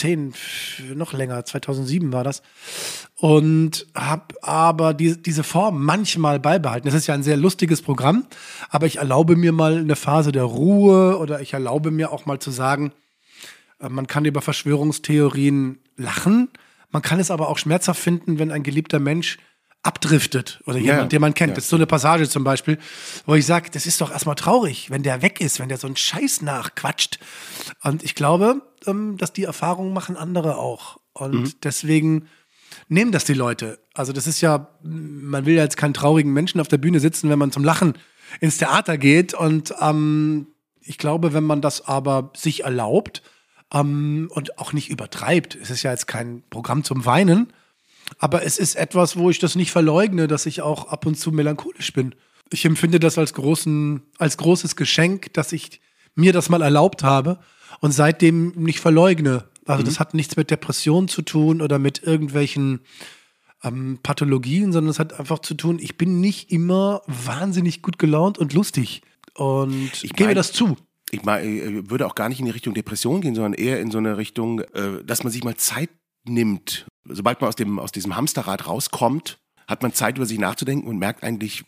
2007 war das. Und habe aber diese Form manchmal beibehalten. Das ist ja ein sehr lustiges Programm, aber ich erlaube mir mal eine Phase der Ruhe oder ich erlaube mir auch mal zu sagen, man kann über Verschwörungstheorien lachen, man kann es aber auch schmerzhaft finden, wenn ein geliebter Mensch abdriftet oder jemand, den man kennt. Ja. Das ist so eine Passage zum Beispiel, wo ich sage, das ist doch erstmal traurig, wenn der weg ist, wenn der so einen Scheiß nachquatscht. Und ich glaube, dass die Erfahrungen machen andere auch. Und deswegen nehmen das die Leute. Also das ist ja, man will ja jetzt keinen traurigen Menschen auf der Bühne sitzen, wenn man zum Lachen ins Theater geht. Und ich glaube, wenn man das aber sich erlaubt und auch nicht übertreibt, es ist ja jetzt kein Programm zum Weinen, aber es ist etwas, wo ich das nicht verleugne, dass ich auch ab und zu melancholisch bin. Ich empfinde das als großes Geschenk, dass ich mir das mal erlaubt habe und seitdem nicht verleugne. Also das hat nichts mit Depressionen zu tun oder mit irgendwelchen Pathologien, sondern es hat einfach zu tun, ich bin nicht immer wahnsinnig gut gelaunt und lustig. Und ich gebe das zu. Ich würde auch gar nicht in die Richtung Depression gehen, sondern eher in so eine Richtung, dass man sich mal Zeit nimmt. Sobald man aus diesem Hamsterrad rauskommt, hat man Zeit, über sich nachzudenken und merkt eigentlich,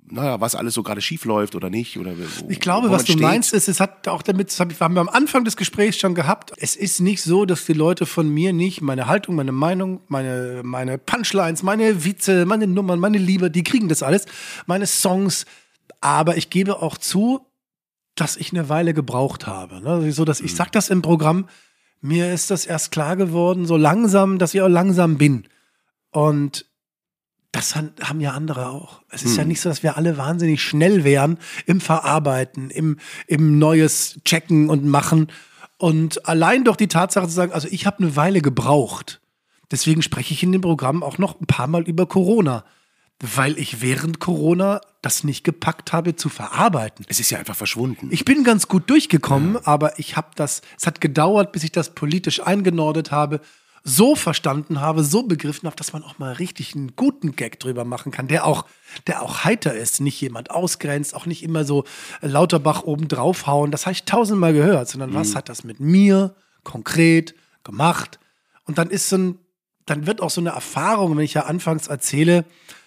was alles so gerade schief läuft oder nicht. Oder ich glaube, was du meinst, ist, es hat auch damit, haben wir am Anfang des Gesprächs schon gehabt, es ist nicht so, dass die Leute von mir nicht meine Haltung, meine Meinung, meine Punchlines, meine Witze, meine Nummern, meine Liebe, die kriegen das alles, meine Songs, aber ich gebe auch zu, dass ich eine Weile gebraucht habe. Ne? So, dass ich sag das im Programm, mir ist das erst klar geworden, so langsam, dass ich auch langsam bin. Und das haben ja andere auch. Es ist ja nicht so, dass wir alle wahnsinnig schnell wären im Verarbeiten, im Neues checken und machen. Und allein durch die Tatsache zu sagen, also ich habe eine Weile gebraucht. Deswegen spreche ich in dem Programm auch noch ein paar Mal über Corona. Weil ich während Corona das nicht gepackt habe zu verarbeiten. Es ist ja einfach verschwunden. Ich bin ganz gut durchgekommen, aber es hat gedauert, bis ich das politisch eingenordet habe, so verstanden habe, so begriffen habe, dass man auch mal richtig einen guten Gag drüber machen kann, der auch heiter ist, nicht jemand ausgrenzt, auch nicht immer so Lauterbach oben draufhauen. Das habe ich 1000-mal gehört, sondern was hat das mit mir konkret gemacht? Und dann wird auch so eine Erfahrung, wenn ich ja anfangs erzähle,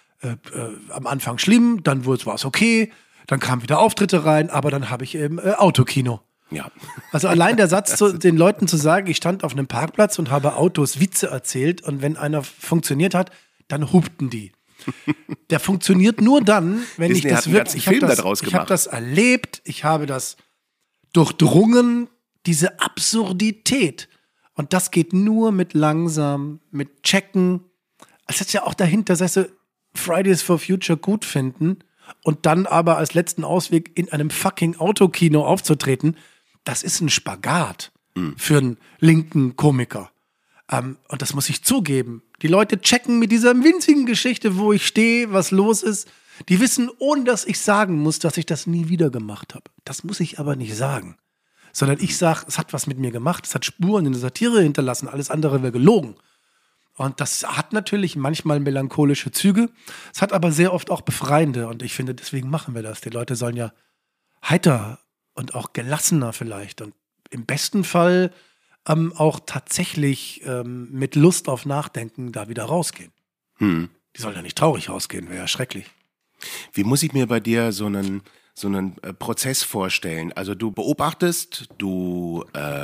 am Anfang schlimm, dann war es okay, dann kamen wieder Auftritte rein, aber dann habe ich eben Autokino. Ja. Also allein der Satz, den Leuten zu sagen, ich stand auf einem Parkplatz und habe Autos Witze erzählt und wenn einer funktioniert hat, dann hupten die. Der funktioniert nur dann, wenn Disney ich das wirklich, ich habe das erlebt, ich habe das durchdrungen, diese Absurdität. Und das geht nur mit langsam, mit checken. Es ist ja auch dahinter, das heißt so, Fridays for Future gut finden und dann aber als letzten Ausweg in einem fucking Autokino aufzutreten, das ist ein Spagat für einen linken Komiker. Und das muss ich zugeben. Die Leute checken mit dieser winzigen Geschichte, wo ich stehe, was los ist. Die wissen, ohne dass ich sagen muss, dass ich das nie wieder gemacht habe. Das muss ich aber nicht sagen. Sondern ich sage, es hat was mit mir gemacht, es hat Spuren in der Satire hinterlassen, alles andere wäre gelogen. Und das hat natürlich manchmal melancholische Züge, es hat aber sehr oft auch befreiende. Und ich finde, deswegen machen wir das. Die Leute sollen ja heiter und auch gelassener vielleicht und im besten Fall auch tatsächlich mit Lust auf Nachdenken da wieder rausgehen. Die sollen ja nicht traurig rausgehen, wäre ja schrecklich. Wie muss ich mir bei dir so einen Prozess vorstellen? Also du beobachtest, du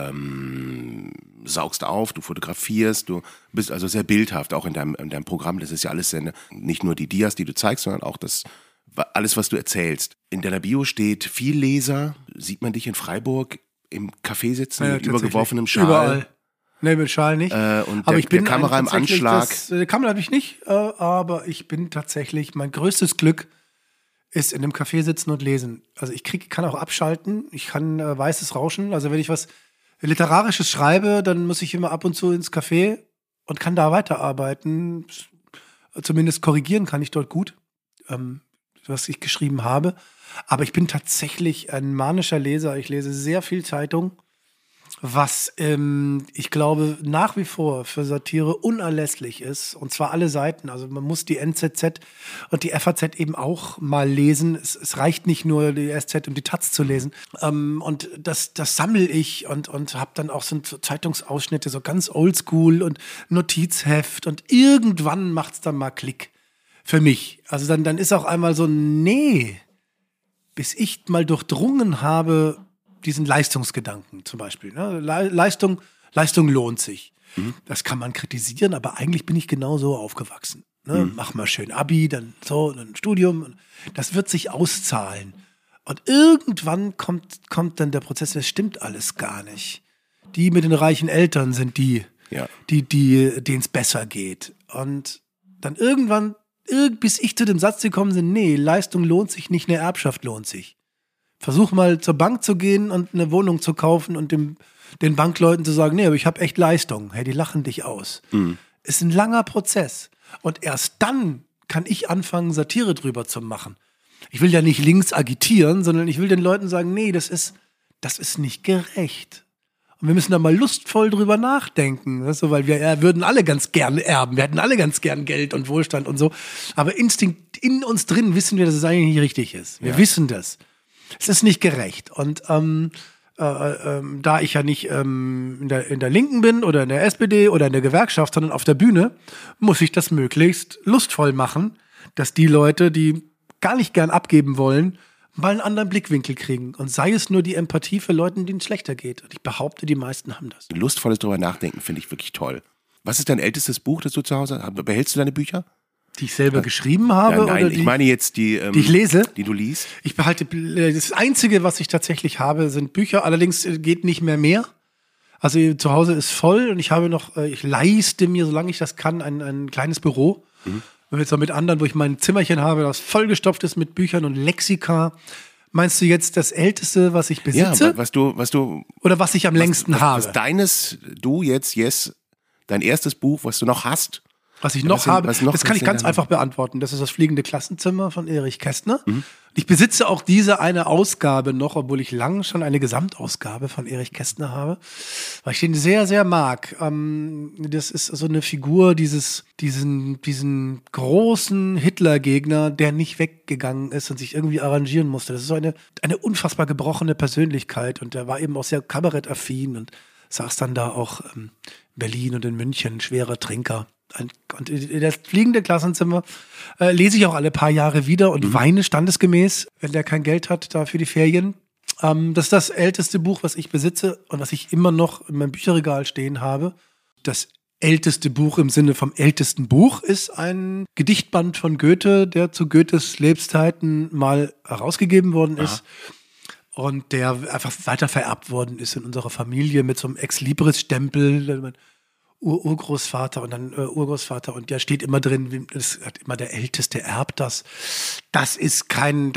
saugst auf, du fotografierst, du bist also sehr bildhaft, auch in deinem Programm. Das ist ja alles nicht nur die Dias, die du zeigst, sondern auch alles, was du erzählst. In deiner Bio steht viel Leser. Sieht man dich in Freiburg im Café sitzen mit übergeworfenem Schal? Überall. Nee, mit Schal nicht. Und aber der Kamera im Anschlag. Die Kamera habe ich nicht, aber ich bin tatsächlich, mein größtes Glück ist in einem Café sitzen und lesen. Also ich kann auch abschalten, ich kann weißes Rauschen. Also wenn ich was Literarisches schreibe, dann muss ich immer ab und zu ins Café und kann da weiterarbeiten. Zumindest korrigieren kann ich dort gut, was ich geschrieben habe. Aber ich bin tatsächlich ein manischer Leser. Ich lese sehr viel Zeitung, was ich glaube nach wie vor für Satire unerlässlich ist. Und zwar alle Seiten. Also man muss die NZZ und die FAZ eben auch mal lesen. Es reicht nicht nur die SZ und die Taz zu lesen. Und das sammle ich und habe dann auch so Zeitungsausschnitte, so ganz oldschool und Notizheft. Und irgendwann macht's dann mal Klick für mich. Also dann ist auch einmal so, nee, bis ich mal durchdrungen habe, diesen Leistungsgedanken zum Beispiel. Ne? Leistung lohnt sich. Das kann man kritisieren, aber eigentlich bin ich genau so aufgewachsen. Ne? Mach mal schön Abi, dann Studium. Das wird sich auszahlen. Und irgendwann kommt dann der Prozess, das stimmt alles gar nicht. Die mit den reichen Eltern sind denen es besser geht. Und dann irgendwann, bis ich zu dem Satz gekommen bin, nee, Leistung lohnt sich nicht, eine Erbschaft lohnt sich. Versuch mal zur Bank zu gehen und eine Wohnung zu kaufen und den Bankleuten zu sagen, nee, aber ich habe echt Leistung. Hey, die lachen dich aus. Ist ein langer Prozess. Und erst dann kann ich anfangen, Satire drüber zu machen. Ich will ja nicht links agitieren, sondern ich will den Leuten sagen, nee, das ist nicht gerecht. Und wir müssen da mal lustvoll drüber nachdenken. Weißt du, weil wir würden alle ganz gern erben. Wir hätten alle ganz gern Geld und Wohlstand und so. Aber Instinkt in uns drin wissen wir, dass es eigentlich nicht richtig ist. Wir wissen das. Es ist nicht gerecht. Und da ich ja nicht in der Linken bin oder in der SPD oder in der Gewerkschaft, sondern auf der Bühne, muss ich das möglichst lustvoll machen, dass die Leute, die gar nicht gern abgeben wollen, mal einen anderen Blickwinkel kriegen. Und sei es nur die Empathie für Leute, denen es schlechter geht. Und ich behaupte, die meisten haben das. Lustvolles drüber nachdenken finde ich wirklich toll. Was ist dein ältestes Buch, das du zu Hause hast? Behältst du deine Bücher? Die ich selber geschrieben habe? Ja, nein, oder ich meine jetzt die ich lese? Die du liest. Ich behalte, das Einzige, was ich tatsächlich habe, sind Bücher. Allerdings geht nicht mehr. Also zu Hause ist voll und ich habe noch, ich leiste mir, solange ich das kann, ein kleines Büro. Jetzt noch mit anderen, wo ich mein Zimmerchen habe, das vollgestopft ist mit Büchern und Lexika. Meinst du jetzt das Älteste, was ich besitze? Ja, was du oder was ich am längsten habe? Was dein erstes Buch, was du noch hast? Was ich noch habe, das kann ich ganz einfach beantworten. Das ist das Fliegende Klassenzimmer von Erich Kästner. Ich besitze auch diese eine Ausgabe noch, obwohl ich lange schon eine Gesamtausgabe von Erich Kästner habe, weil ich den sehr, sehr mag. Das ist so eine Figur, diesen großen Hitler-Gegner, der nicht weggegangen ist und sich irgendwie arrangieren musste. Das ist so eine unfassbar gebrochene Persönlichkeit und der war eben auch sehr kabarettaffin und saß dann da auch in Berlin und in München, schwerer Trinker. Und das Fliegende Klassenzimmer lese ich auch alle paar Jahre wieder und weine standesgemäß, wenn der kein Geld hat da für die Ferien. Das ist das älteste Buch, was ich besitze und was ich immer noch in meinem Bücherregal stehen habe. Das älteste Buch im Sinne vom ältesten Buch ist ein Gedichtband von Goethe, der zu Goethes Lebzeiten mal herausgegeben worden ist. Aha. Und der einfach weiter vererbt worden ist in unserer Familie mit so einem Ex-Libris-Stempel. Urgroßvater und dann Urgroßvater und der steht immer drin, es hat immer der Älteste erbt das. Das ist ein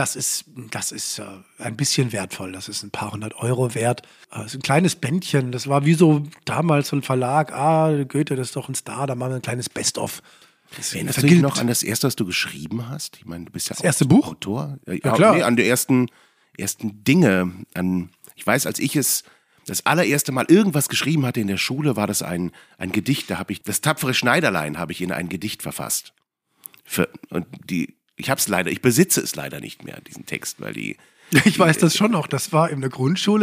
bisschen wertvoll, das ist ein paar hundert Euro wert. Das ist ein kleines Bändchen, das war wie so damals so ein Verlag, Goethe, das ist doch ein Star, da machen wir ein kleines Best-of. Erinnerst du dich noch an das erste, was du geschrieben hast? Ich meine, du bist ja das erste Buch? Autor. Ja, klar. Nee, an die ersten Dinge. Ich weiß, als ich das allererste Mal irgendwas geschrieben hatte in der Schule, war das ein Gedicht. Da habe ich das tapfere Schneiderlein habe ich in ein Gedicht verfasst. Ich besitze es leider nicht mehr, diesen Text, weil ich weiß das schon noch. Das war in der Grundschule,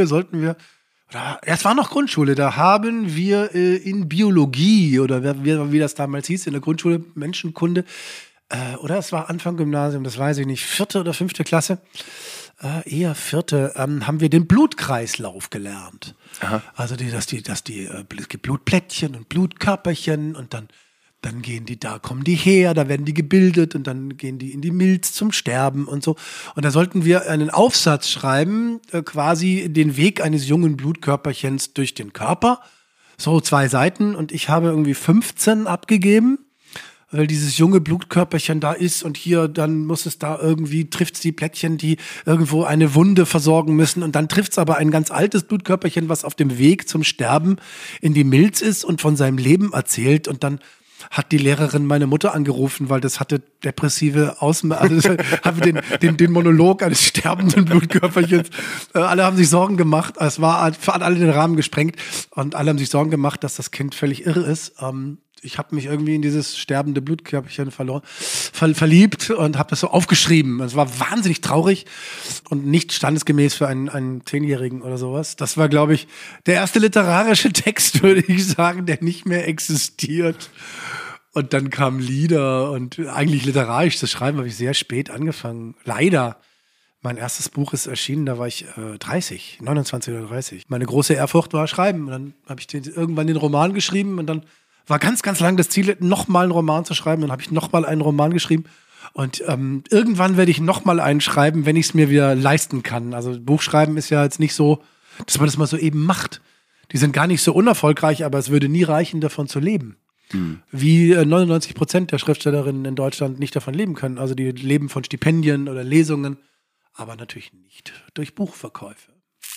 es war noch Grundschule, da haben wir in Biologie oder wie das damals hieß, in der Grundschule Menschenkunde, oder es war Anfang Gymnasium, das weiß ich nicht, 4. oder 5. Klasse, eher 4. Haben wir den Blutkreislauf gelernt. Aha. Also es gibt Blutplättchen und Blutkörperchen und dann kommen die her, da werden die gebildet und dann gehen die in die Milz zum Sterben und so. Und da sollten wir einen Aufsatz schreiben, quasi den Weg eines jungen Blutkörperchens durch den Körper. So 2 Seiten und ich habe irgendwie 15 abgegeben, weil dieses junge Blutkörperchen da ist und hier, dann muss es da irgendwie, trifft es die Plättchen, die irgendwo eine Wunde versorgen müssen und dann trifft es aber ein ganz altes Blutkörperchen, was auf dem Weg zum Sterben in die Milz ist und von seinem Leben erzählt und dann hat die Lehrerin meine Mutter angerufen, weil das hatte depressive Ausmaße, also den Monolog eines sterbenden Blutkörperchens. Alle haben sich Sorgen gemacht, es hat alle den Rahmen gesprengt und alle haben sich Sorgen gemacht, dass das Kind völlig irre ist. Ich habe mich irgendwie in dieses sterbende Blutkörperchen verliebt und habe das so aufgeschrieben. Es war wahnsinnig traurig und nicht standesgemäß für einen 10-Jährigen oder sowas. Das war, glaube ich, der erste literarische Text, würde ich sagen, der nicht mehr existiert. Und dann kamen Lieder und eigentlich literarisch zu schreiben habe ich sehr spät angefangen. Leider. Mein erstes Buch ist erschienen, da war ich 29 oder 30. Meine große Ehrfurcht war Schreiben. Und dann habe ich irgendwann den Roman geschrieben und dann war ganz, ganz lang das Ziel, nochmal einen Roman zu schreiben. Dann habe ich nochmal einen Roman geschrieben. Und irgendwann werde ich nochmal einen schreiben, wenn ich es mir wieder leisten kann. Also Buchschreiben ist ja jetzt nicht so, dass man das mal so eben macht. Die sind gar nicht so unerfolgreich, aber es würde nie reichen, davon zu leben. Wie 99% der Schriftstellerinnen in Deutschland nicht davon leben können. Also die leben von Stipendien oder Lesungen, aber natürlich nicht durch Buchverkäufe.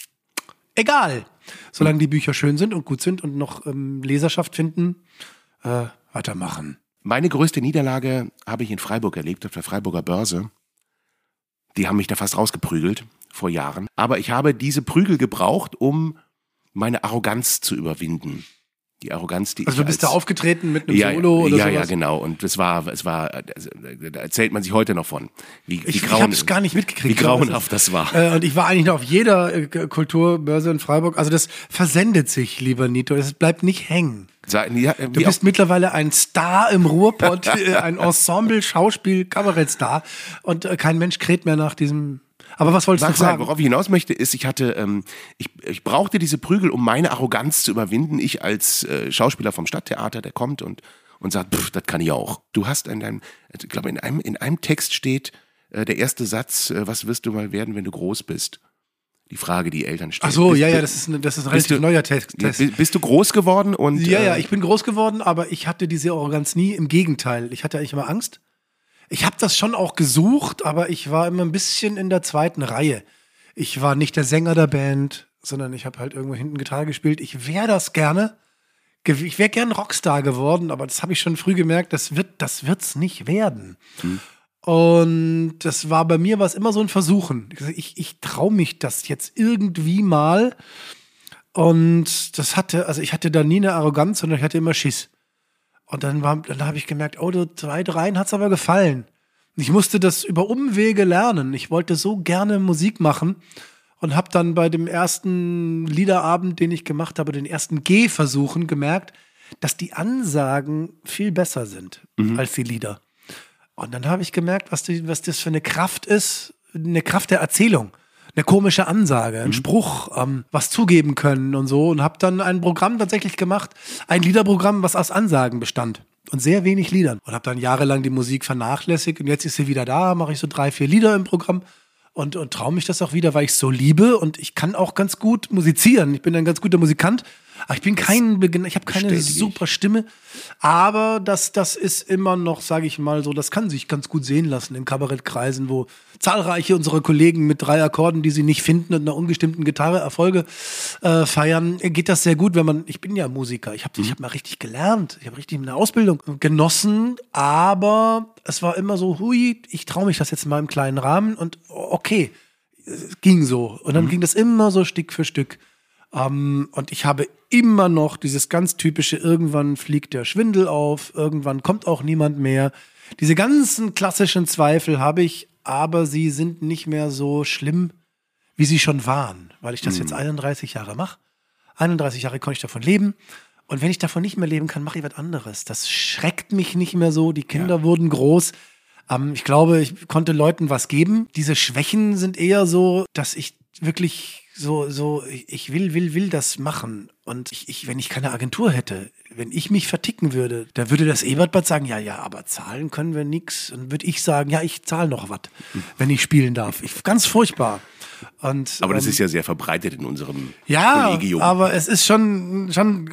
Egal. Solange die Bücher schön sind und gut sind und noch Leserschaft finden, weitermachen. Meine größte Niederlage habe ich in Freiburg erlebt, auf der Freiburger Börse. Die haben mich da fast rausgeprügelt vor Jahren. Aber ich habe diese Prügel gebraucht, um meine Arroganz zu überwinden. Die Arroganz, die also du bist da aufgetreten mit einem Solo oder sowas? Ja, genau. Und es war, also, da erzählt man sich heute noch von. Ich habe es gar nicht mitgekriegt. Wie grauenhaft das war. Und ich war eigentlich noch auf jeder Kulturbörse in Freiburg. Also das versendet sich, lieber Nito. Es bleibt nicht hängen. Du bist mittlerweile ein Star im Ruhrpott, ein Ensemble, Schauspiel, Kabarettstar. Und kein Mensch kräht mehr nach diesem... Aber was wolltest du sagen? Worauf ich hinaus möchte, ist, ich brauchte diese Prügel, um meine Arroganz zu überwinden. Ich als Schauspieler vom Stadttheater, der kommt und sagt, das kann ich auch. Du hast in einem Text steht der erste Satz, was wirst du mal werden, wenn du groß bist? Die Frage, die Eltern stellen. Ach so, das ist ein relativ neuer Text. Bist du groß geworden? Ich bin groß geworden, aber ich hatte diese Arroganz nie. Im Gegenteil, ich hatte eigentlich immer Angst. Ich habe das schon auch gesucht, aber ich war immer ein bisschen in der zweiten Reihe. Ich war nicht der Sänger der Band, sondern ich habe halt irgendwo hinten Gitarre gespielt. Ich wäre das gerne. Ich wäre gern Rockstar geworden, aber das habe ich schon früh gemerkt, das wird's nicht werden. Und das war bei mir immer so ein Versuchen. Ich traue mich das jetzt irgendwie mal. Und ich hatte da nie eine Arroganz, sondern ich hatte immer Schiss. Und dann habe ich gemerkt, so 2, 3 hat's aber gefallen. Ich musste das über Umwege lernen. Ich wollte so gerne Musik machen und habe dann bei dem ersten Liederabend, den ich gemacht habe, den ersten Gehversuchen gemerkt, dass die Ansagen viel besser sind als die Lieder. Und dann habe ich gemerkt, was das für eine Kraft ist, eine Kraft der Erzählung. Eine komische Ansage, ein Spruch, was zugeben können und so. Und habe dann ein Programm tatsächlich gemacht, ein Liederprogramm, was aus Ansagen bestand. Und sehr wenig Liedern. Und habe dann jahrelang die Musik vernachlässigt. Und jetzt ist sie wieder da, mache ich so 3, 4 Lieder im Programm. Und traue mich das auch wieder, weil ich es so liebe. Und ich kann auch ganz gut musizieren. Ich bin ein ganz guter Musikant. Aber ich habe keine super Stimme. Aber das ist immer noch, sage ich mal so, das kann sich ganz gut sehen lassen in Kabarettkreisen, wo zahlreiche unserer Kollegen mit 3 Akkorden, die sie nicht finden und einer ungestimmten Gitarre Erfolge feiern, geht das sehr gut, ich bin ja Musiker, ich habe mal richtig gelernt, ich habe richtig eine Ausbildung genossen, aber es war immer so, ich traue mich das jetzt mal im kleinen Rahmen und okay, es ging so. Und dann ging das immer so Stück für Stück. Und ich habe immer noch dieses ganz typische, irgendwann fliegt der Schwindel auf, irgendwann kommt auch niemand mehr. Diese ganzen klassischen Zweifel habe ich, aber sie sind nicht mehr so schlimm, wie sie schon waren, weil ich das jetzt 31 Jahre mache. 31 Jahre konnte ich davon leben. Und wenn ich davon nicht mehr leben kann, mache ich was anderes. Das schreckt mich nicht mehr so. Die Kinder wurden groß. Ich glaube, ich konnte Leuten was geben. Diese Schwächen sind eher so, dass ich wirklich ich will das machen. Und wenn ich keine Agentur hätte, wenn ich mich verticken würde, da würde das Ebertbad sagen, ja, aber zahlen können wir nix. Und würde ich sagen, ja, ich zahle noch was, wenn ich spielen darf. Ganz furchtbar. Aber das ist ja sehr verbreitet in unserem Kollegium. Ja, aber es ist schon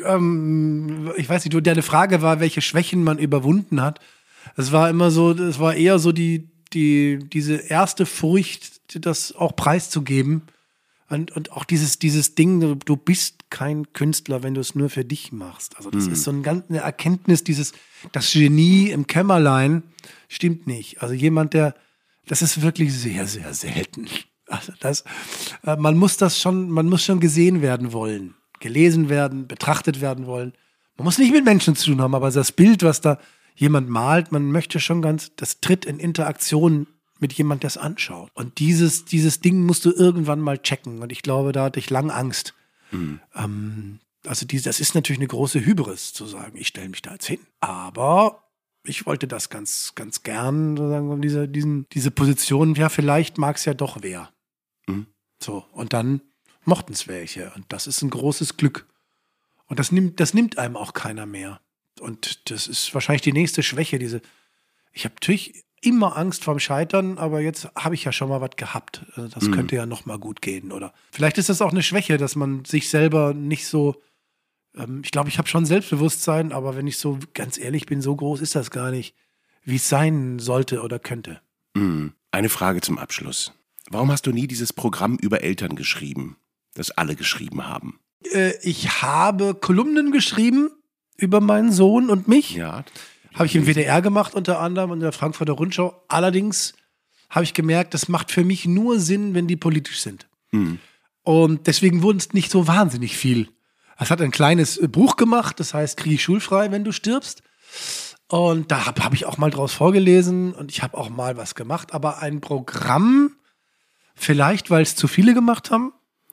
ich weiß nicht, deine Frage war, welche Schwächen man überwunden hat. Es war eher so diese erste Furcht, das auch preiszugeben. Und auch dieses Ding, du bist kein Künstler, wenn du es nur für dich machst. Also das ist so eine Erkenntnis, das Genie im Kämmerlein stimmt nicht. Also das ist wirklich sehr, sehr selten. Also man muss schon gesehen werden wollen, gelesen werden, betrachtet werden wollen. Man muss nicht mit Menschen zu tun haben, aber das Bild, was da jemand malt, man möchte schon das tritt in Interaktion mit jemand, der es anschaut. Und dieses Ding musst du irgendwann mal checken. Und ich glaube, da hatte ich lang Angst. Das ist natürlich eine große Hybris, zu sagen, ich stelle mich da jetzt hin. Aber ich wollte das ganz, ganz gern, sozusagen, diese Position, ja, vielleicht mag es ja doch wer. So, und dann mochten es welche. Und das ist ein großes Glück. Und das nimmt einem auch keiner mehr. Und das ist wahrscheinlich die nächste Schwäche, ich habe natürlich immer Angst vorm Scheitern, aber jetzt habe ich ja schon mal was gehabt. Das könnte ja noch mal gut gehen. Oder vielleicht ist das auch eine Schwäche, dass man sich selber nicht so, ich glaube, ich habe schon Selbstbewusstsein, aber wenn ich so ganz ehrlich bin, so groß ist das gar nicht, wie es sein sollte oder könnte. Eine Frage zum Abschluss. Warum hast du nie dieses Programm über Eltern geschrieben, das alle geschrieben haben? Ich habe Kolumnen geschrieben über meinen Sohn und mich. Ja. Habe ich im WDR gemacht, unter anderem in der Frankfurter Rundschau. Allerdings habe ich gemerkt, das macht für mich nur Sinn, wenn die politisch sind. Und deswegen wurden es nicht so wahnsinnig viel. Es hat ein kleines Buch gemacht, das heißt Krieg schulfrei, wenn du stirbst. Und da hab ich auch mal draus vorgelesen und ich habe auch mal was gemacht. Aber ein Programm, vielleicht weil es zu viele gemacht haben,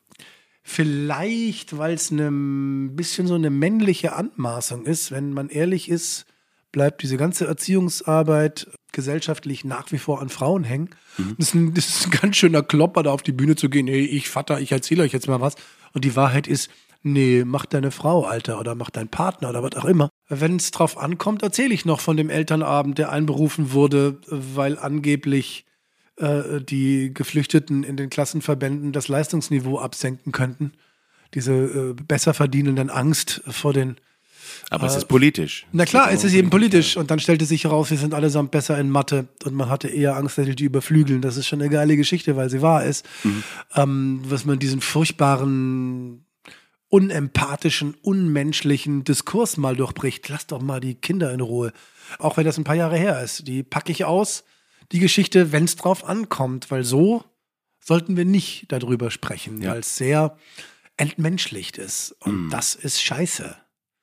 vielleicht weil es ein bisschen so eine männliche Anmaßung ist. Wenn man ehrlich ist, bleibt diese ganze Erziehungsarbeit gesellschaftlich nach wie vor an Frauen hängen. Das ist ein ganz schöner Klopper, da auf die Bühne zu gehen. Hey, ich Vater, ich erzähle euch jetzt mal was. Und die Wahrheit ist, nee, mach deine Frau, Alter, oder mach deinen Partner oder was auch immer. Wenn es drauf ankommt, erzähle ich noch von dem Elternabend, der einberufen wurde, weil angeblich die Geflüchteten in den Klassenverbänden das Leistungsniveau absenken könnten. Diese besser verdienenden Angst vor den... Aber es ist politisch. Na klar, es ist eben politisch. Und dann stellte sich heraus, wir sind allesamt besser in Mathe. Und man hatte eher Angst, dass die überflügeln. Das ist schon eine geile Geschichte, weil sie wahr ist. Was man diesen furchtbaren, unempathischen, unmenschlichen Diskurs mal durchbricht. Lass doch mal die Kinder in Ruhe. Auch wenn das ein paar Jahre her ist. Die packe ich aus, die Geschichte, wenn es drauf ankommt. Weil so sollten wir nicht darüber sprechen. Weil es sehr entmenschlicht ist. Und das ist scheiße.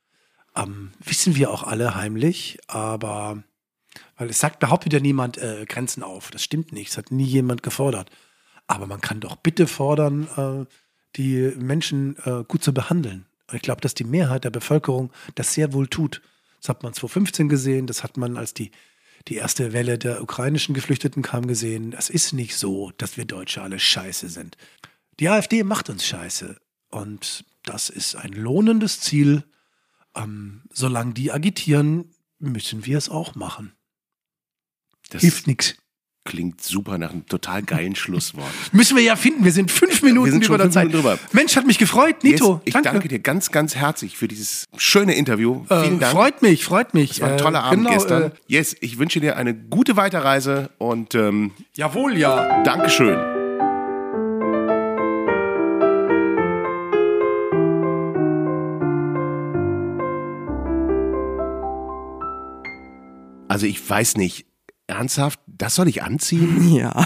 Wissen wir auch alle heimlich, aber weil es behauptet ja niemand Grenzen auf. Das stimmt nicht, das hat nie jemand gefordert. Aber man kann doch bitte fordern, die Menschen gut zu behandeln. Und ich glaube, dass die Mehrheit der Bevölkerung das sehr wohl tut. Das hat man 2015 gesehen, das hat man, als die erste Welle der ukrainischen Geflüchteten kam, gesehen. Es ist nicht so, dass wir Deutsche alle scheiße sind. Die AfD macht uns scheiße. Und das ist ein lohnendes Ziel. Solange die agitieren, müssen wir es auch machen. Das hilft nichts. Klingt super nach einem total geilen Schlusswort. Müssen wir ja finden. Wir sind 5 Minuten über der Zeit. Drüber. Mensch, hat mich gefreut, Nito. Ich danke dir ganz, ganz herzlich für dieses schöne Interview. Vielen Dank. Freut mich. Es war ein toller Abend gestern. Ich wünsche dir eine gute Weiterreise und jawohl, ja. Dankeschön. Also ich weiß nicht, ernsthaft, das soll ich anziehen? Ja.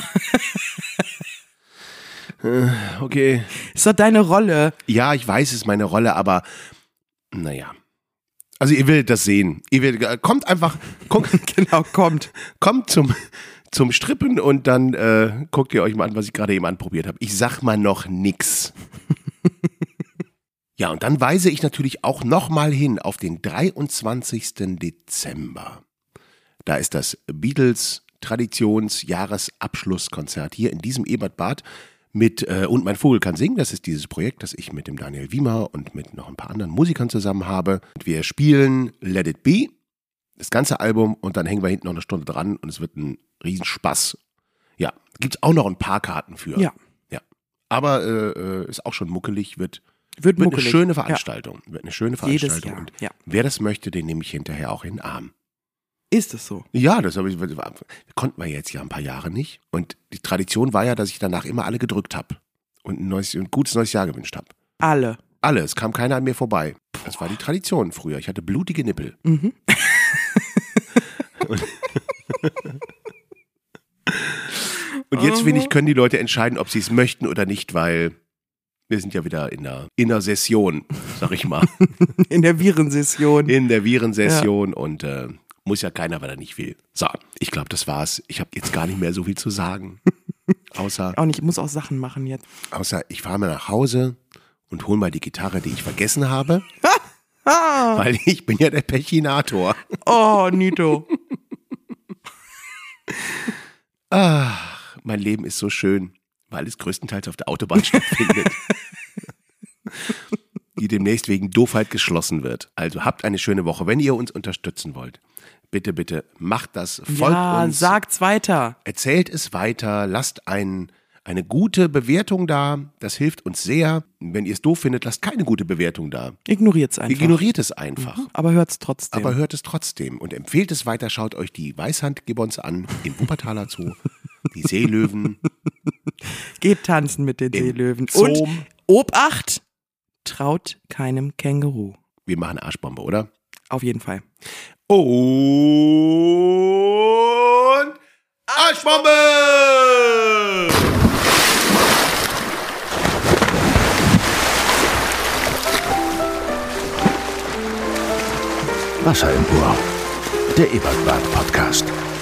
Okay. Ist doch deine Rolle. Ja, ich weiß, es ist meine Rolle, aber naja. Also ihr werdet das sehen. Kommt einfach, kommt zum Strippen und dann guckt ihr euch mal an, was ich gerade eben anprobiert habe. Ich sag mal noch nix. Ja, und dann weise ich natürlich auch nochmal hin auf den 23. Dezember. Da ist das Beatles-Traditions-Jahresabschlusskonzert hier in diesem Ebertbad mit Und mein Vogel kann singen. Das ist dieses Projekt, das ich mit dem Daniel Wiemer und mit noch ein paar anderen Musikern zusammen habe. Wir spielen Let It Be, das ganze Album, und dann hängen wir hinten noch eine Stunde dran und es wird ein Riesenspaß. Ja, gibt es auch noch ein paar Karten für. Ja. Aber ist auch schon muckelig, wird muckelig. Eine schöne Veranstaltung. Ja. Wird eine schöne Veranstaltung. Jedes Jahr. Und wer das möchte, den nehme ich hinterher auch in den Arm. Ist es so? Ja, das konnten wir jetzt ja ein paar Jahre nicht. Und die Tradition war ja, dass ich danach immer alle gedrückt habe und ein gutes neues Jahr gewünscht habe. Alle? Alle, es kam keiner an mir vorbei. Das war die Tradition früher. Ich hatte blutige Nippel. Mhm. Und jetzt, finde ich, können die Leute entscheiden, ob sie es möchten oder nicht, weil wir sind ja wieder in der Session, sag ich mal. In der Virensession. Ja. Und muss ja keiner, weil er nicht will. So, ich glaube, das war's. Ich habe jetzt gar nicht mehr so viel zu sagen. Außer, auch nicht, ich muss auch Sachen machen jetzt. Außer, ich fahre mal nach Hause und hole mal die Gitarre, die ich vergessen habe. Weil ich bin ja der Pechinator. Oh, Nito. Ach, mein Leben ist so schön, weil es größtenteils auf der Autobahn stattfindet. Die demnächst wegen Doofheit geschlossen wird. Also habt eine schöne Woche. Wenn ihr uns unterstützen wollt, bitte, bitte macht das. Folgt uns. Sagt's weiter. Erzählt es weiter. Lasst eine gute Bewertung da. Das hilft uns sehr. Wenn ihr es doof findet, lasst keine gute Bewertung da. Ignoriert es einfach. Ignoriert es einfach. Aber hört es trotzdem. Und empfehlt es weiter. Schaut euch die Weißhandgibbons an im Wuppertaler Zoo. Die Seelöwen. Geht tanzen mit den Seelöwen. Zoom. Und Obacht, traut keinem Känguru. Wir machen Arschbombe, oder? Auf jeden Fall. Und Arschbombe! Wasser im Ohr. Der Ebertbad Podcast.